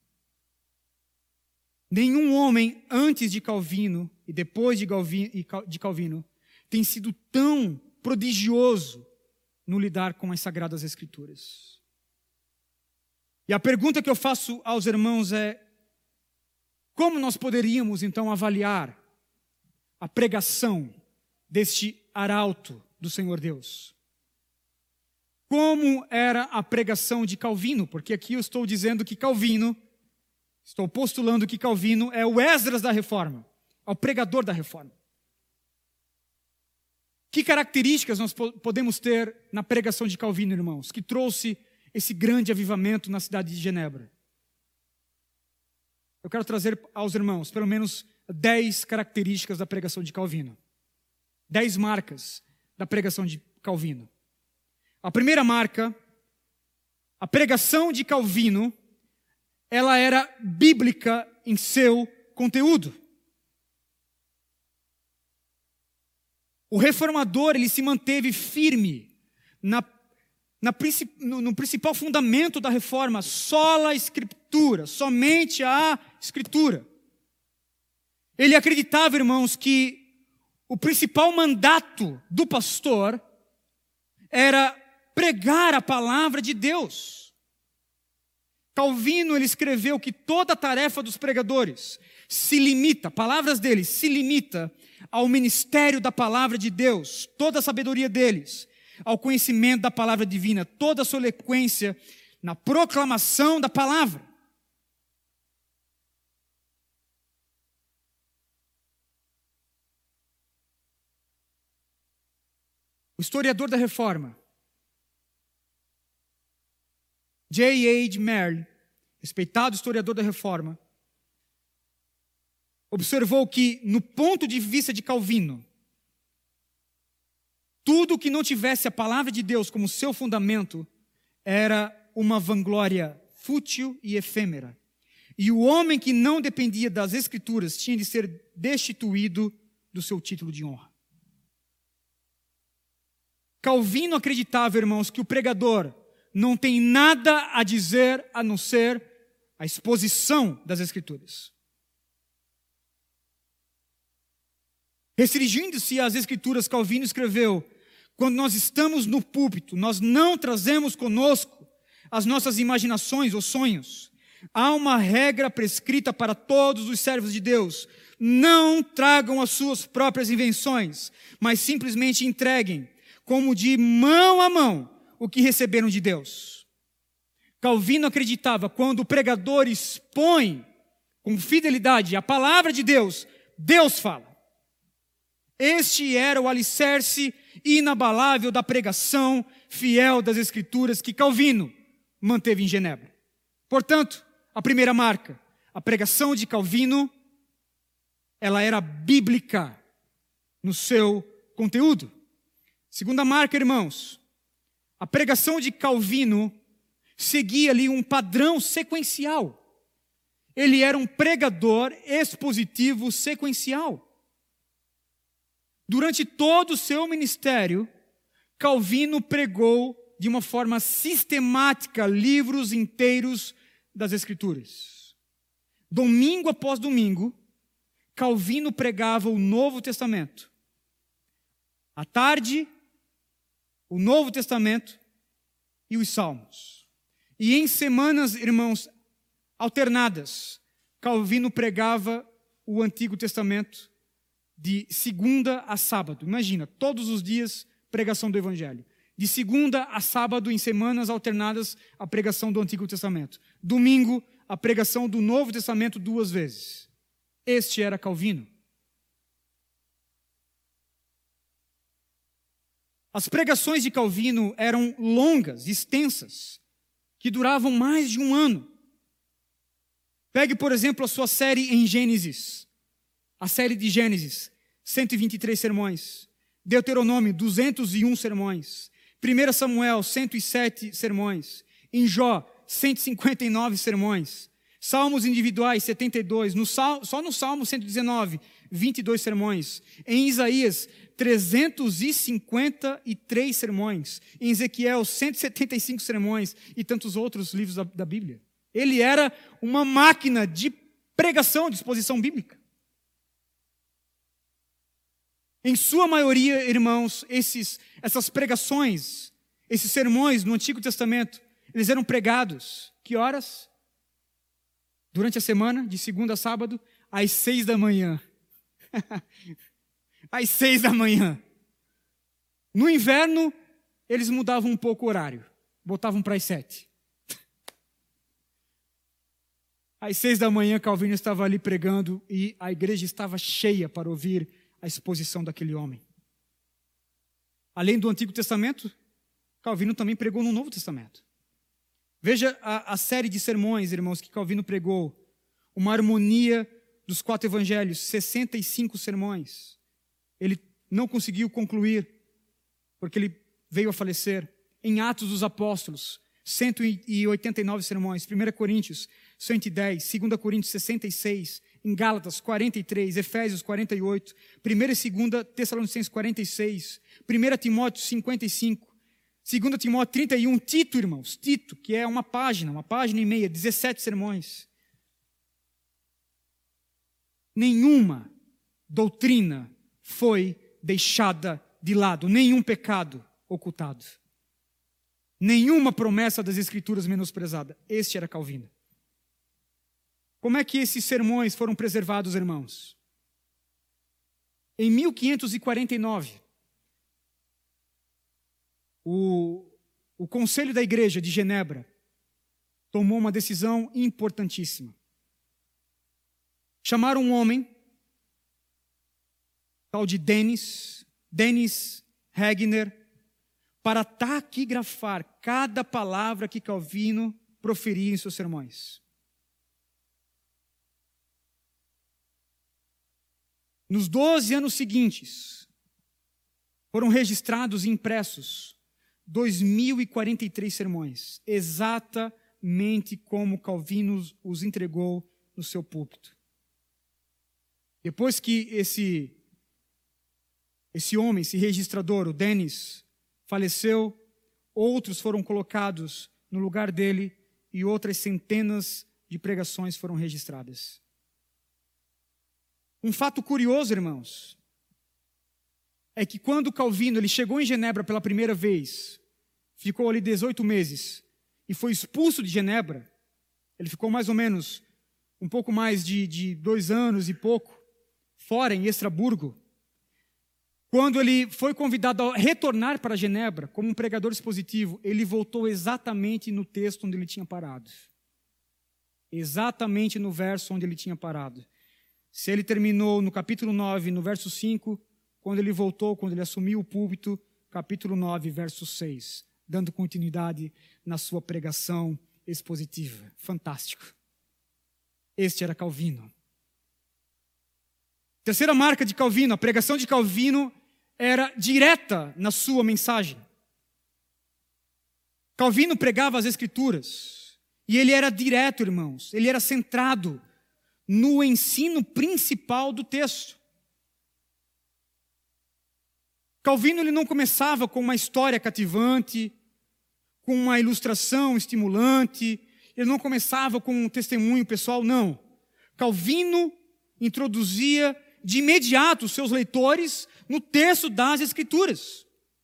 Nenhum homem antes de Calvino e depois de Calvino tem sido tão prodigioso no lidar com as Sagradas Escrituras. E a pergunta que eu faço aos irmãos é: como nós poderíamos então avaliar a pregação deste arauto do Senhor Deus? Como era a pregação de Calvino? Porque aqui eu estou dizendo que Calvino, estou postulando que Calvino é o Esdras da Reforma, é o pregador da Reforma. Que características nós podemos ter na pregação de Calvino, irmãos, que trouxe esse grande avivamento na cidade de Genebra? Eu quero trazer aos irmãos pelo menos dez características da pregação de Calvino. Dez marcas da pregação de Calvino. A primeira marca, a pregação de Calvino, ela era bíblica em seu conteúdo. O reformador, ele se manteve firme na, na, no, no principal fundamento da reforma, sola escritura, somente a escritura. Ele acreditava, irmãos, que o principal mandato do pastor era pregar a palavra de Deus. Calvino, ele escreveu que toda a tarefa dos pregadores se limita, palavras dele, se limita ao ministério da palavra de Deus, toda a sabedoria deles, ao conhecimento da palavra divina, toda a sua eloquência na proclamação da palavra. O historiador da Reforma, J H Merle, respeitado historiador da Reforma, observou que, no ponto de vista de Calvino, tudo que não tivesse a palavra de Deus como seu fundamento era uma vanglória fútil e efêmera. E o homem que não dependia das Escrituras tinha de ser destituído do seu título de honra. Calvino acreditava, irmãos, que o pregador não tem nada a dizer a não ser a exposição das Escrituras. Restringindo-se às Escrituras, Calvino escreveu: quando nós estamos no púlpito, nós não trazemos conosco as nossas imaginações ou sonhos. Há uma regra prescrita para todos os servos de Deus: não tragam as suas próprias invenções, mas simplesmente entreguem, como de mão a mão, o que receberam de Deus. Calvino acreditava, quando o pregador expõe com fidelidade a palavra de Deus, Deus fala. Este era o alicerce inabalável da pregação fiel das Escrituras que Calvino manteve em Genebra. Portanto, a primeira marca, a pregação de Calvino, ela era bíblica no seu conteúdo. Segunda marca, irmãos, a pregação de Calvino seguia ali um padrão sequencial. Ele era um pregador expositivo sequencial. Durante todo o seu ministério, Calvino pregou de uma forma sistemática livros inteiros das Escrituras. Domingo após domingo, Calvino pregava o Novo Testamento. À tarde, o Novo Testamento e os Salmos. E em semanas, irmãos, alternadas, Calvino pregava o Antigo Testamento de segunda a sábado. Imagina, todos os dias, pregação do Evangelho. De segunda a sábado, em semanas alternadas, a pregação do Antigo Testamento. Domingo, a pregação do Novo Testamento duas vezes. Este era Calvino. As pregações de Calvino eram longas, extensas, que duravam mais de um ano. Pegue, por exemplo, a sua série em Gênesis. A série de Gênesis, cento e vinte e três sermões. Deuteronômio, duzentos e um sermões. primeiro Samuel, cento e sete sermões. Em Jó, cento e cinquenta e nove sermões. Salmos individuais, setenta e dois. No Sal, só no Salmo cento e dezenove, vinte e dois sermões. Em Isaías, trezentos e cinquenta e três sermões. Em Ezequiel, cento e setenta e cinco sermões. E tantos outros livros da, da Bíblia. Ele era uma máquina de pregação, de exposição bíblica. Em sua maioria, irmãos, esses, essas pregações, esses sermões no Antigo Testamento, eles eram pregados, que horas? Durante a semana, de segunda a sábado, às seis da manhã. Às seis da manhã. No inverno, eles mudavam um pouco o horário, botavam para as sete. Às seis da manhã, Calvino estava ali pregando e a igreja estava cheia para ouvir a exposição daquele homem. Além do Antigo Testamento, Calvino também pregou no Novo Testamento. Veja a, a série de sermões, irmãos, que Calvino pregou. Uma harmonia dos quatro evangelhos, sessenta e cinco sermões. Ele não conseguiu concluir, porque ele veio a falecer. Em Atos dos Apóstolos, cento e oitenta e nove sermões. primeira Coríntios, cento e dez. segunda Coríntios, sessenta e seis. Em Gálatas, quarenta e três, Efésios, quarenta e oito, primeira e segunda Tessalonicenses, quarenta e seis, primeira Timóteo, cinquenta e cinco, segunda Timóteo, trinta e um, Tito, irmãos, Tito, que é uma página, uma página e meia, dezessete sermões. Nenhuma doutrina foi deixada de lado, nenhum pecado ocultado, nenhuma promessa das Escrituras menosprezada. Este era Calvino. Como é que esses sermões foram preservados, irmãos? Em mil quinhentos e quarenta e nove, o, o Conselho da Igreja de Genebra tomou uma decisão importantíssima. Chamaram um homem, tal de Dennis, Dennis Regner, para taquigrafar cada palavra que Calvino proferia em seus sermões. Nos doze anos seguintes, foram registrados e impressos dois mil e quarenta e três sermões, exatamente como Calvino os entregou no seu púlpito. Depois que esse, esse homem, esse registrador, o Dennis, faleceu, outros foram colocados no lugar dele e outras centenas de pregações foram registradas. Um fato curioso, irmãos, é que quando Calvino ele chegou em Genebra pela primeira vez, ficou ali dezoito meses, e foi expulso de Genebra, ele ficou mais ou menos um pouco mais de, de dois anos e pouco, fora em Estraburgo. Quando ele foi convidado a retornar para Genebra como um pregador expositivo, ele voltou exatamente no texto onde ele tinha parado. Exatamente no verso onde ele tinha parado. Se ele terminou no capítulo nove, no verso cinco, quando ele voltou, quando ele assumiu o púlpito, capítulo nove, verso seis, dando continuidade na sua pregação expositiva. Fantástico. Este era Calvino. Terceira marca de Calvino, a pregação de Calvino era direta na sua mensagem. Calvino pregava as Escrituras, e ele era direto, irmãos, ele era centrado no ensino principal do texto. Calvino ele não começava com uma história cativante, com uma ilustração estimulante, ele não começava com um testemunho pessoal, não. Calvino introduzia de imediato os seus leitores no texto das Escrituras.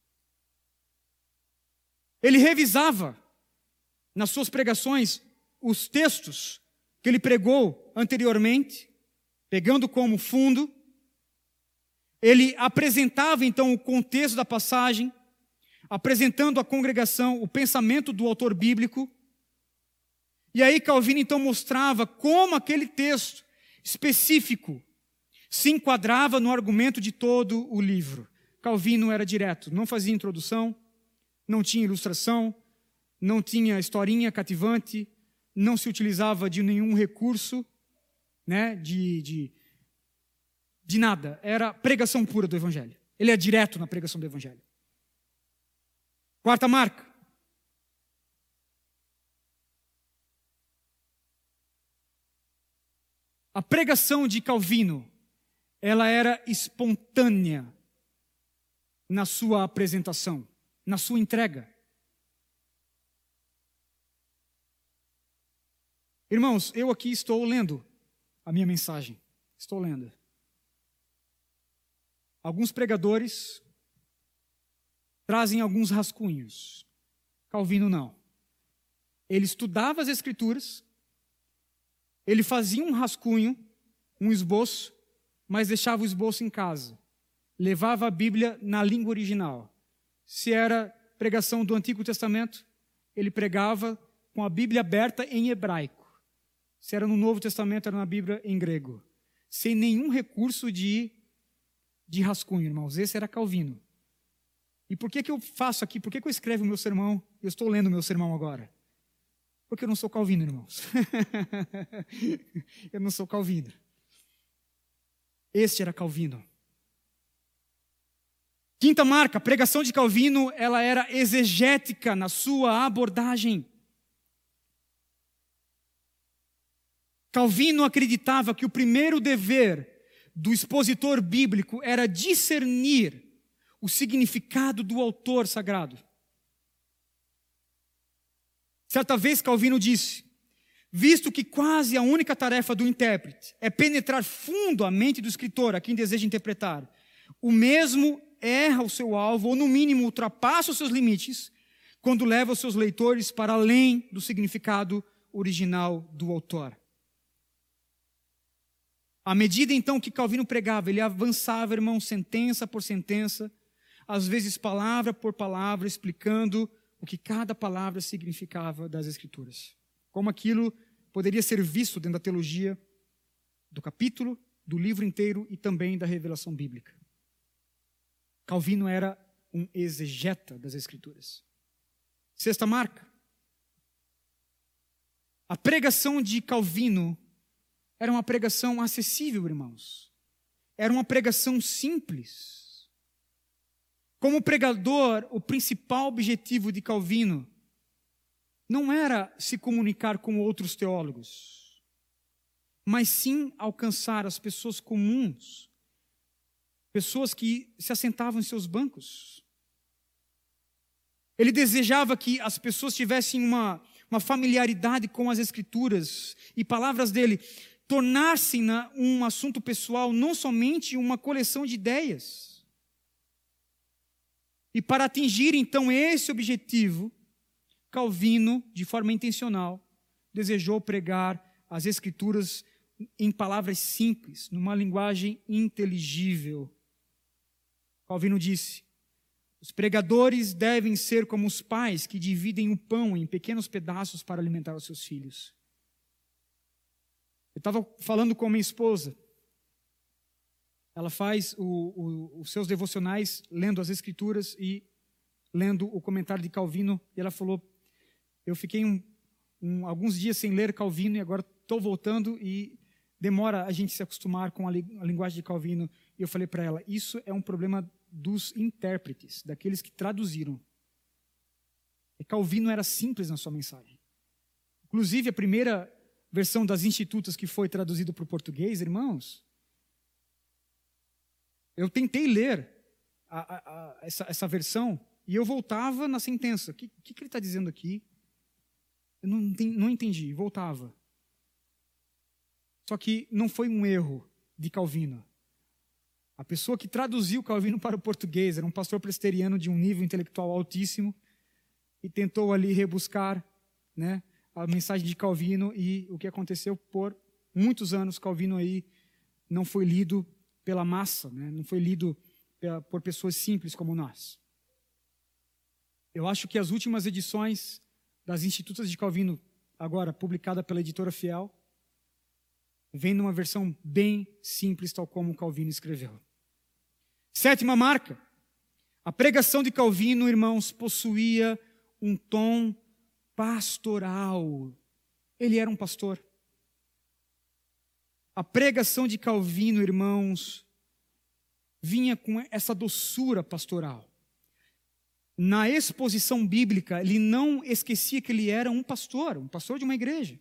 Ele revisava nas suas pregações os textos que ele pregou anteriormente, pegando como fundo. Ele apresentava então o contexto da passagem, apresentando à congregação o pensamento do autor bíblico. E aí Calvino então mostrava como aquele texto específico se enquadrava no argumento de todo o livro. Calvino era direto, não fazia introdução, não tinha ilustração, não tinha historinha cativante, não se utilizava de nenhum recurso, né, de, de, de nada. Era pregação pura do Evangelho. Ele é direto na pregação do Evangelho. Quarta marca. A pregação de Calvino, ela era espontânea na sua apresentação, na sua entrega. Irmãos, eu aqui estou lendo a minha mensagem. Estou lendo. Alguns pregadores trazem alguns rascunhos. Calvino não. Ele estudava as Escrituras, ele fazia um rascunho, um esboço, mas deixava o esboço em casa. Levava a Bíblia na língua original. Se era pregação do Antigo Testamento, ele pregava com a Bíblia aberta em hebraico. Se era no Novo Testamento, era na Bíblia em grego. Sem nenhum recurso de, de rascunho, irmãos. Esse era Calvino. E por que, que eu faço aqui? Por que, que eu escrevo o meu sermão? Eu estou lendo o meu sermão agora. Porque eu não sou Calvino, irmãos. Eu não sou Calvino. Este era Calvino. Quinta marca, a pregação de Calvino, ela era exegética na sua abordagem. Calvino acreditava que o primeiro dever do expositor bíblico era discernir o significado do autor sagrado. Certa vez Calvino disse: visto que quase a única tarefa do intérprete é penetrar fundo a mente do escritor a quem deseja interpretar, o mesmo erra o seu alvo, ou no mínimo ultrapassa os seus limites, quando leva os seus leitores para além do significado original do autor. À medida então que Calvino pregava, ele avançava, irmão, sentença por sentença, às vezes palavra por palavra, explicando o que cada palavra significava das Escrituras. Como aquilo poderia ser visto dentro da teologia do capítulo, do livro inteiro e também da revelação bíblica. Calvino era um exegeta das Escrituras. Sexta marca. A pregação de Calvino era uma pregação acessível, irmãos. Era uma pregação simples. Como pregador, o principal objetivo de Calvino não era se comunicar com outros teólogos, mas sim alcançar as pessoas comuns, pessoas que se assentavam em seus bancos. Ele desejava que as pessoas tivessem uma, uma familiaridade com as Escrituras e palavras dele tornassem um assunto pessoal, não somente uma coleção de ideias. E para atingir, então, esse objetivo, Calvino, de forma intencional, desejou pregar as Escrituras em palavras simples, numa linguagem inteligível. Calvino disse: os pregadores devem ser como os pais que dividem o pão em pequenos pedaços para alimentar os seus filhos. Eu estava falando com minha esposa. Ela faz o, o, os seus devocionais lendo as Escrituras e lendo o comentário de Calvino. E ela falou: eu fiquei um, um, alguns dias sem ler Calvino e agora estou voltando e demora a gente se acostumar com a, li, a linguagem de Calvino. E eu falei para ela: isso é um problema dos intérpretes, daqueles que traduziram. E Calvino era simples na sua mensagem. Inclusive, a primeira versão das Institutas que foi traduzida para o português, irmãos, eu tentei ler a, a, a, essa, essa versão e eu voltava na sentença. O que, que, que ele está dizendo aqui? Eu não, não entendi, voltava. Só que não foi um erro de Calvino. A pessoa que traduziu Calvino para o português era um pastor presbiteriano de um nível intelectual altíssimo e tentou ali rebuscar, né, a mensagem de Calvino, e o que aconteceu por muitos anos, Calvino aí não foi lido pela massa, né? Não foi lido por pessoas simples como nós. Eu acho que as últimas edições das Institutas de Calvino, agora publicada pela editora Fiel, vem numa versão bem simples, tal como Calvino escreveu. Sétima marca. A pregação de Calvino, irmãos, possuía um tom pastoral. Ele era um pastor. A pregação de Calvino, irmãos, vinha com essa doçura pastoral. Na exposição bíblica, ele não esquecia que ele era um pastor, um pastor de uma igreja.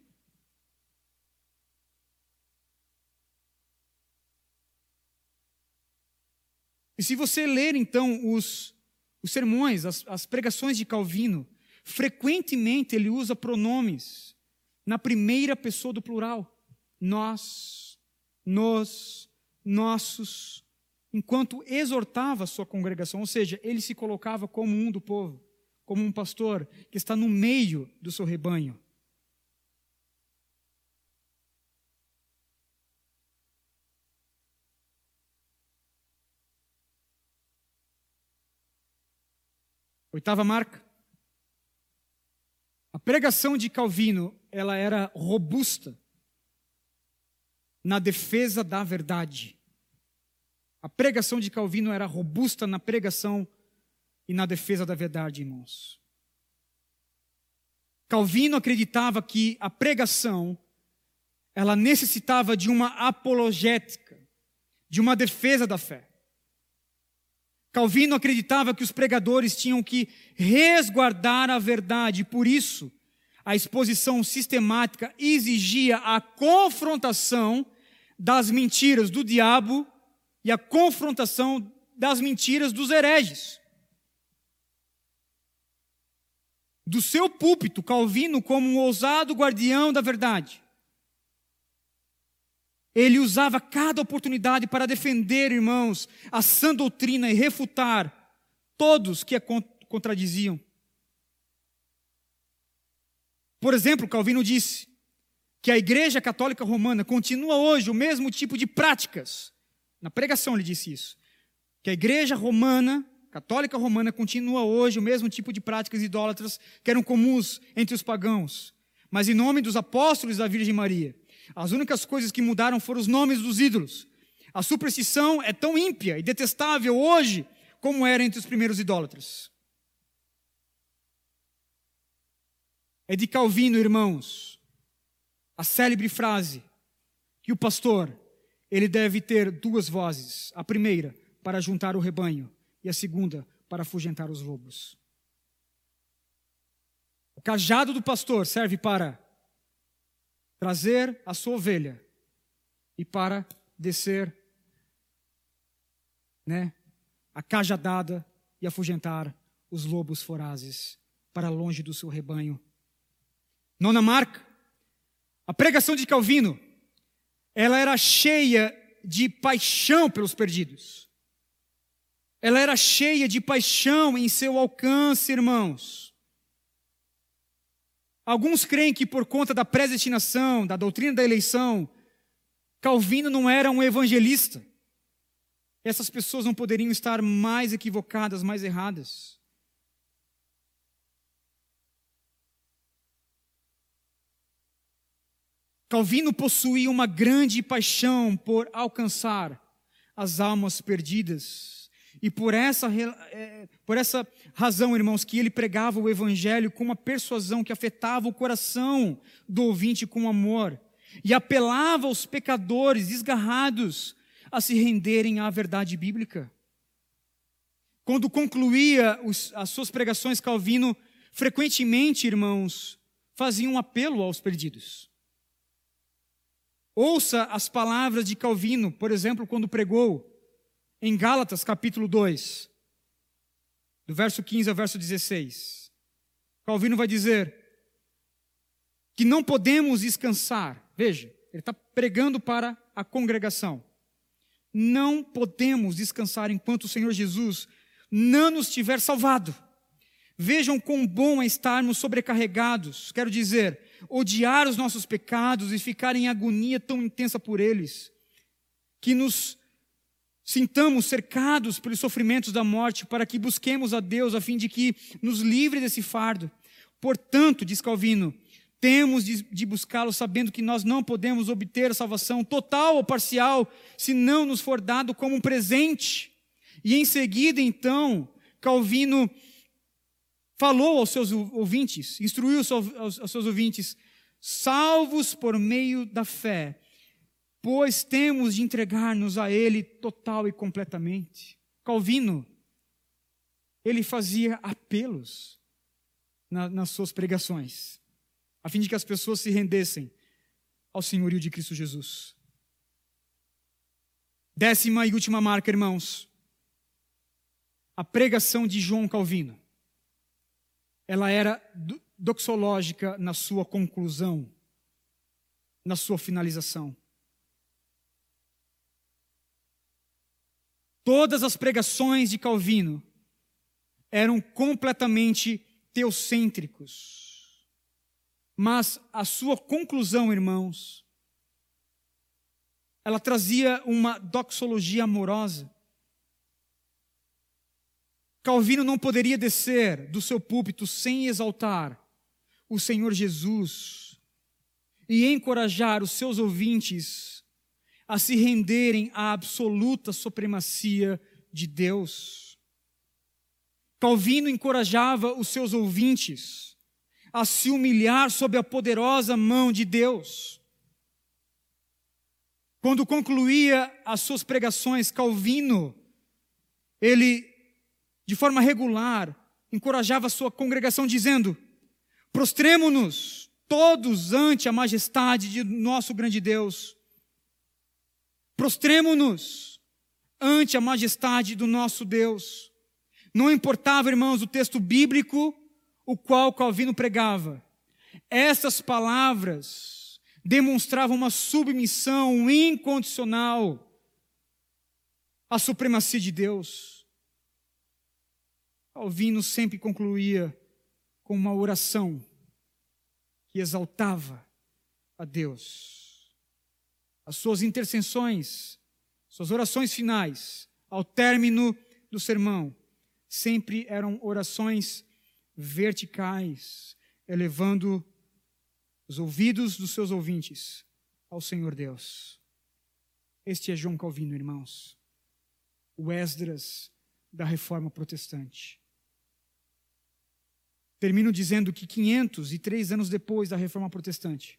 E se você ler, então, os, os sermões, as, as pregações de Calvino, frequentemente ele usa pronomes na primeira pessoa do plural. Nós, nos, nossos, enquanto exortava a sua congregação, ou seja, ele se colocava como um do povo, como um pastor que está no meio do seu rebanho. Oitava marca. A pregação de Calvino, ela era robusta na defesa da verdade. A pregação de Calvino era robusta na pregação e na defesa da verdade, irmãos. Calvino acreditava que a pregação, ela necessitava de uma apologética, de uma defesa da fé. Calvino acreditava que os pregadores tinham que resguardar a verdade, por isso a exposição sistemática exigia a confrontação das mentiras do diabo e a confrontação das mentiras dos hereges. Do seu púlpito, Calvino, como um ousado guardião da verdade, ele usava cada oportunidade para defender, irmãos, a sã doutrina e refutar todos que a contradiziam. Por exemplo, Calvino disse que a Igreja Católica Romana continua hoje o mesmo tipo de práticas. Na pregação ele disse isso. Que a Igreja Romana, Católica Romana, continua hoje o mesmo tipo de práticas idólatras que eram comuns entre os pagãos. Mas em nome dos apóstolos da Virgem Maria, as únicas coisas que mudaram foram os nomes dos ídolos. A superstição é tão ímpia e detestável hoje como era entre os primeiros idólatras. É de Calvino, irmãos, a célebre frase que o pastor, ele deve ter duas vozes. A primeira, para juntar o rebanho, e a segunda, para afugentar os lobos. O cajado do pastor serve para trazer a sua ovelha e para descer, né, a cajadada e afugentar os lobos vorazes para longe do seu rebanho. Nona marca. A pregação de Calvino, ela era cheia de paixão pelos perdidos. ela era cheia de paixão em seu alcance, irmãos. Alguns creem que por conta da predestinação, da doutrina da eleição, Calvino não era um evangelista. Essas pessoas não poderiam estar mais equivocadas, mais erradas. Calvino possuía uma grande paixão por alcançar as almas perdidas. E por essa, por essa razão, irmãos, que ele pregava o evangelho com uma persuasão que afetava o coração do ouvinte com amor. E apelava aos pecadores desgarrados a se renderem à verdade bíblica. Quando concluía os, as suas pregações, Calvino frequentemente, irmãos, fazia um apelo aos perdidos. Ouça as palavras de Calvino, por exemplo, quando pregou em Gálatas capítulo dois, do verso quinze ao verso dezesseis. Calvino vai dizer que não podemos descansar. Veja, ele está pregando para a congregação. Não podemos descansar enquanto o Senhor Jesus não nos tiver salvado. Vejam quão bom é estarmos sobrecarregados, quero dizer, odiar os nossos pecados e ficar em agonia tão intensa por eles, que nos sintamos cercados pelos sofrimentos da morte, para que busquemos a Deus a fim de que nos livre desse fardo. Portanto, diz Calvino, temos de, de buscá-lo sabendo que nós não podemos obter a salvação total ou parcial se não nos for dado como um presente. E em seguida, então, Calvino falou aos seus ouvintes, instruiu aos, aos seus ouvintes, salvos por meio da fé, pois temos de entregar-nos a Ele total e completamente. Calvino, ele fazia apelos na, nas suas pregações, a fim de que as pessoas se rendessem ao senhorio de Cristo Jesus. Décima e última marca, irmãos, a pregação de João Calvino. Ela era doxológica na sua conclusão, na sua finalização. Todas as pregações de Calvino eram completamente teocêntricos. Mas a sua conclusão, irmãos, ela trazia uma doxologia amorosa. Calvino não poderia descer do seu púlpito sem exaltar o Senhor Jesus e encorajar os seus ouvintes a se renderem à absoluta supremacia de Deus. Calvino encorajava os seus ouvintes a se humilhar sob a poderosa mão de Deus. Quando concluía as suas pregações, Calvino, ele, de forma regular, encorajava a sua congregação dizendo: prostremo-nos todos ante a majestade de nosso grande Deus. Prostremo-nos ante a majestade do nosso Deus. Não importava, irmãos, o texto bíblico o qual Calvino pregava. Essas palavras demonstravam uma submissão incondicional à supremacia de Deus. Calvino sempre concluía com uma oração que exaltava a Deus. As suas intercessões, suas orações finais, ao término do sermão, sempre eram orações verticais, elevando os ouvidos dos seus ouvintes ao Senhor Deus. Este é João Calvino, irmãos, o Esdras da Reforma Protestante. Termino dizendo que quinhentos e três anos depois da Reforma Protestante,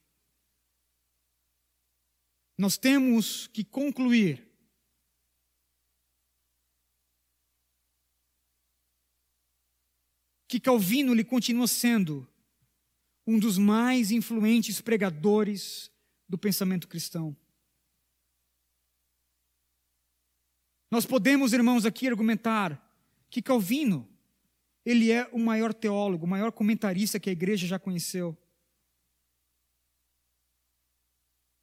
nós temos que concluir que Calvino ele continua sendo um dos mais influentes pregadores do pensamento cristão. Nós podemos, irmãos, aqui argumentar que Calvino, ele é o maior teólogo, o maior comentarista que a igreja já conheceu.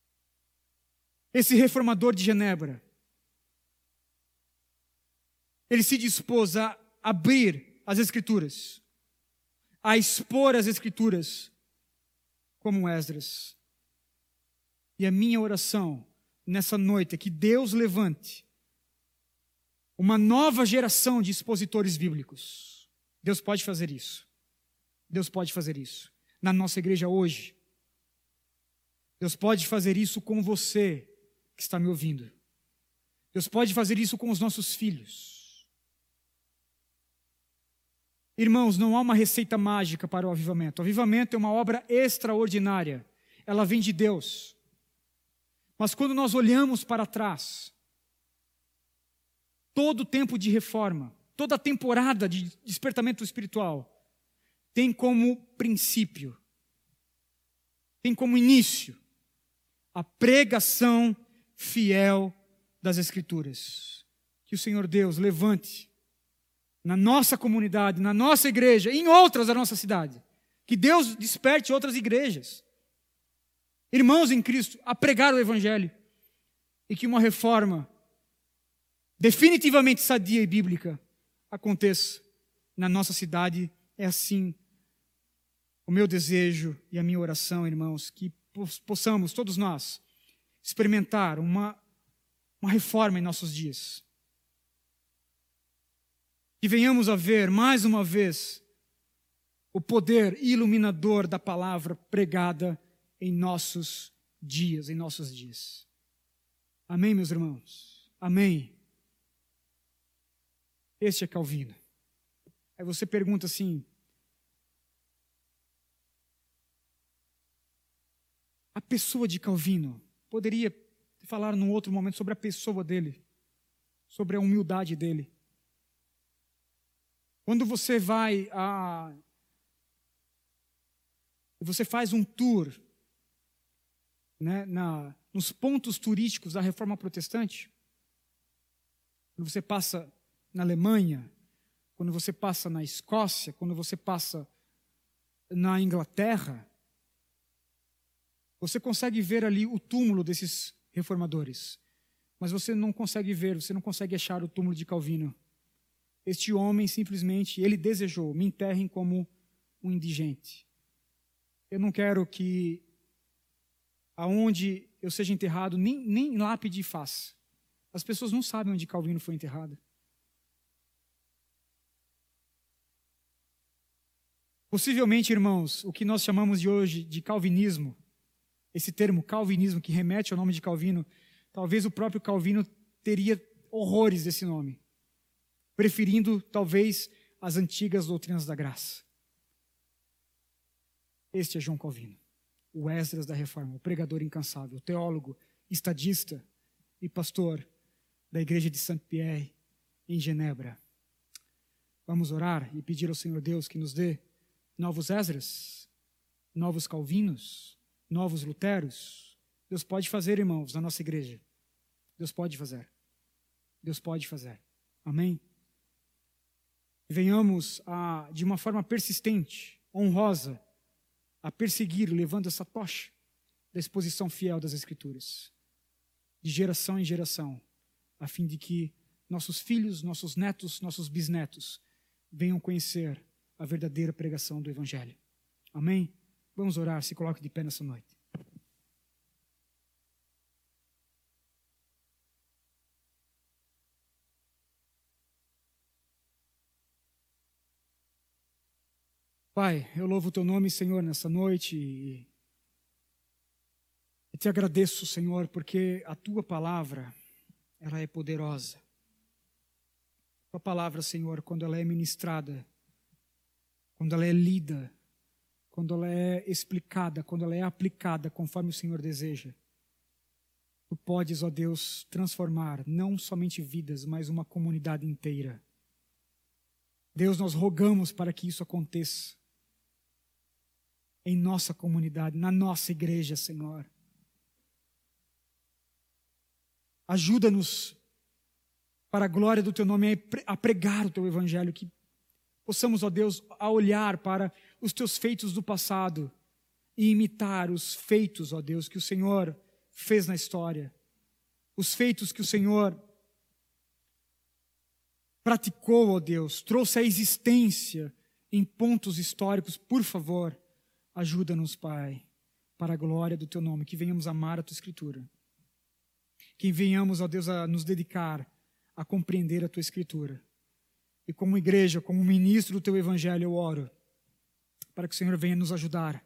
Esse reformador de Genebra, ele se dispôs a abrir as Escrituras, a expor as Escrituras como Esdras. E a minha oração nessa noite é que Deus levante uma nova geração de expositores bíblicos. Deus pode fazer isso. Deus pode fazer isso na nossa igreja hoje. Deus pode fazer isso com você que está me ouvindo. Deus pode fazer isso com os nossos filhos. Irmãos, não há uma receita mágica para o avivamento. O avivamento é uma obra extraordinária. Ela vem de Deus. Mas quando nós olhamos para trás, todo o tempo de reforma, toda a temporada de despertamento espiritual, tem como princípio, tem como início, a pregação fiel das Escrituras. Que o Senhor Deus levante na nossa comunidade, na nossa igreja, e em outras da nossa cidade. Que Deus desperte outras igrejas, irmãos em Cristo, a pregar o Evangelho. E que uma reforma definitivamente sadia e bíblica aconteça na nossa cidade. É assim o meu desejo e a minha oração, irmãos, que possamos, todos nós, experimentar uma, uma reforma em nossos dias. Que venhamos a ver, mais uma vez, o poder iluminador da palavra pregada em nossos dias, em nossos dias. Amém, meus irmãos? Amém. Este é Calvino. Aí você pergunta assim, a pessoa de Calvino, poderia falar num outro momento sobre a pessoa dele, sobre a humildade dele. Quando você vai a... você faz um tour, né, na, nos pontos turísticos da Reforma Protestante, quando você passa na Alemanha, quando você passa na Escócia, quando você passa na Inglaterra, você consegue ver ali o túmulo desses reformadores, mas você não consegue ver, você não consegue achar o túmulo de Calvino. Este homem simplesmente, ele desejou, me enterrem como um indigente. Eu não quero que aonde eu seja enterrado, nem, nem lápide faça. As pessoas não sabem onde Calvino foi enterrado. Possivelmente, irmãos, o que nós chamamos de hoje de calvinismo, esse termo calvinismo que remete ao nome de Calvino, talvez o próprio Calvino teria horrores desse nome, preferindo talvez as antigas doutrinas da graça. Este é João Calvino, o Esdras da Reforma, o pregador incansável, o teólogo, estadista e pastor da igreja de Saint-Pierre, em Genebra. Vamos orar e pedir ao Senhor Deus que nos dê novos Esdras, novos Calvinos, novos Luteros. Deus pode fazer, irmãos, na nossa igreja. Deus pode fazer. Deus pode fazer. Amém? Venhamos a, de uma forma persistente, honrosa, a perseguir, levando essa tocha da exposição fiel das Escrituras, de geração em geração, a fim de que nossos filhos, nossos netos, nossos bisnetos venham conhecer a verdadeira pregação do Evangelho. Amém? Vamos orar, se coloque de pé nessa noite. Pai, eu louvo o Teu nome, Senhor, nessa noite e, e Te agradeço, Senhor, porque a Tua palavra, ela é poderosa. A Tua palavra, Senhor, quando ela é ministrada, quando ela é lida, quando ela é explicada, quando ela é aplicada conforme o Senhor deseja, Tu podes, ó Deus, transformar não somente vidas, mas uma comunidade inteira. Deus, nós rogamos para que isso aconteça em nossa comunidade, na nossa igreja, Senhor. Ajuda-nos, para a glória do Teu nome, a pregar o Teu Evangelho, que possamos, ó Deus, a olhar para os Teus feitos do passado e imitar os feitos, ó Deus, que o Senhor fez na história, os feitos que o Senhor praticou, ó Deus, trouxe a existência em pontos históricos. Por favor, ajuda-nos, Pai, para a glória do Teu nome, que venhamos amar a Tua Escritura. Que venhamos, ó Deus, a nos dedicar a compreender a Tua Escritura. E como igreja, como ministro do Teu Evangelho, eu oro para que o Senhor venha nos ajudar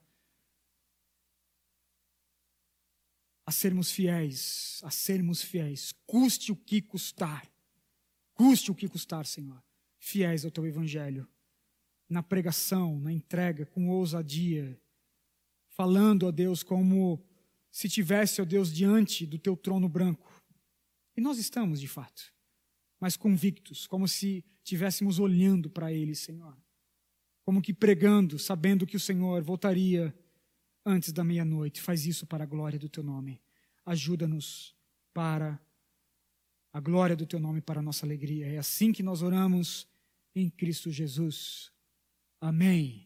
a sermos fiéis, a sermos fiéis, custe o que custar, custe o que custar, Senhor, fiéis ao Teu Evangelho, na pregação, na entrega, com ousadia, falando, ó Deus, como se tivesse, ó Deus, diante do Teu trono branco. E nós estamos, de fato, mas convictos, como se estivéssemos olhando para Ele, Senhor. Como que pregando, sabendo que o Senhor voltaria antes da meia-noite. Faz isso para a glória do Teu nome. Ajuda-nos para a glória do Teu nome, para a nossa alegria. É assim que nós oramos em Cristo Jesus. Amém.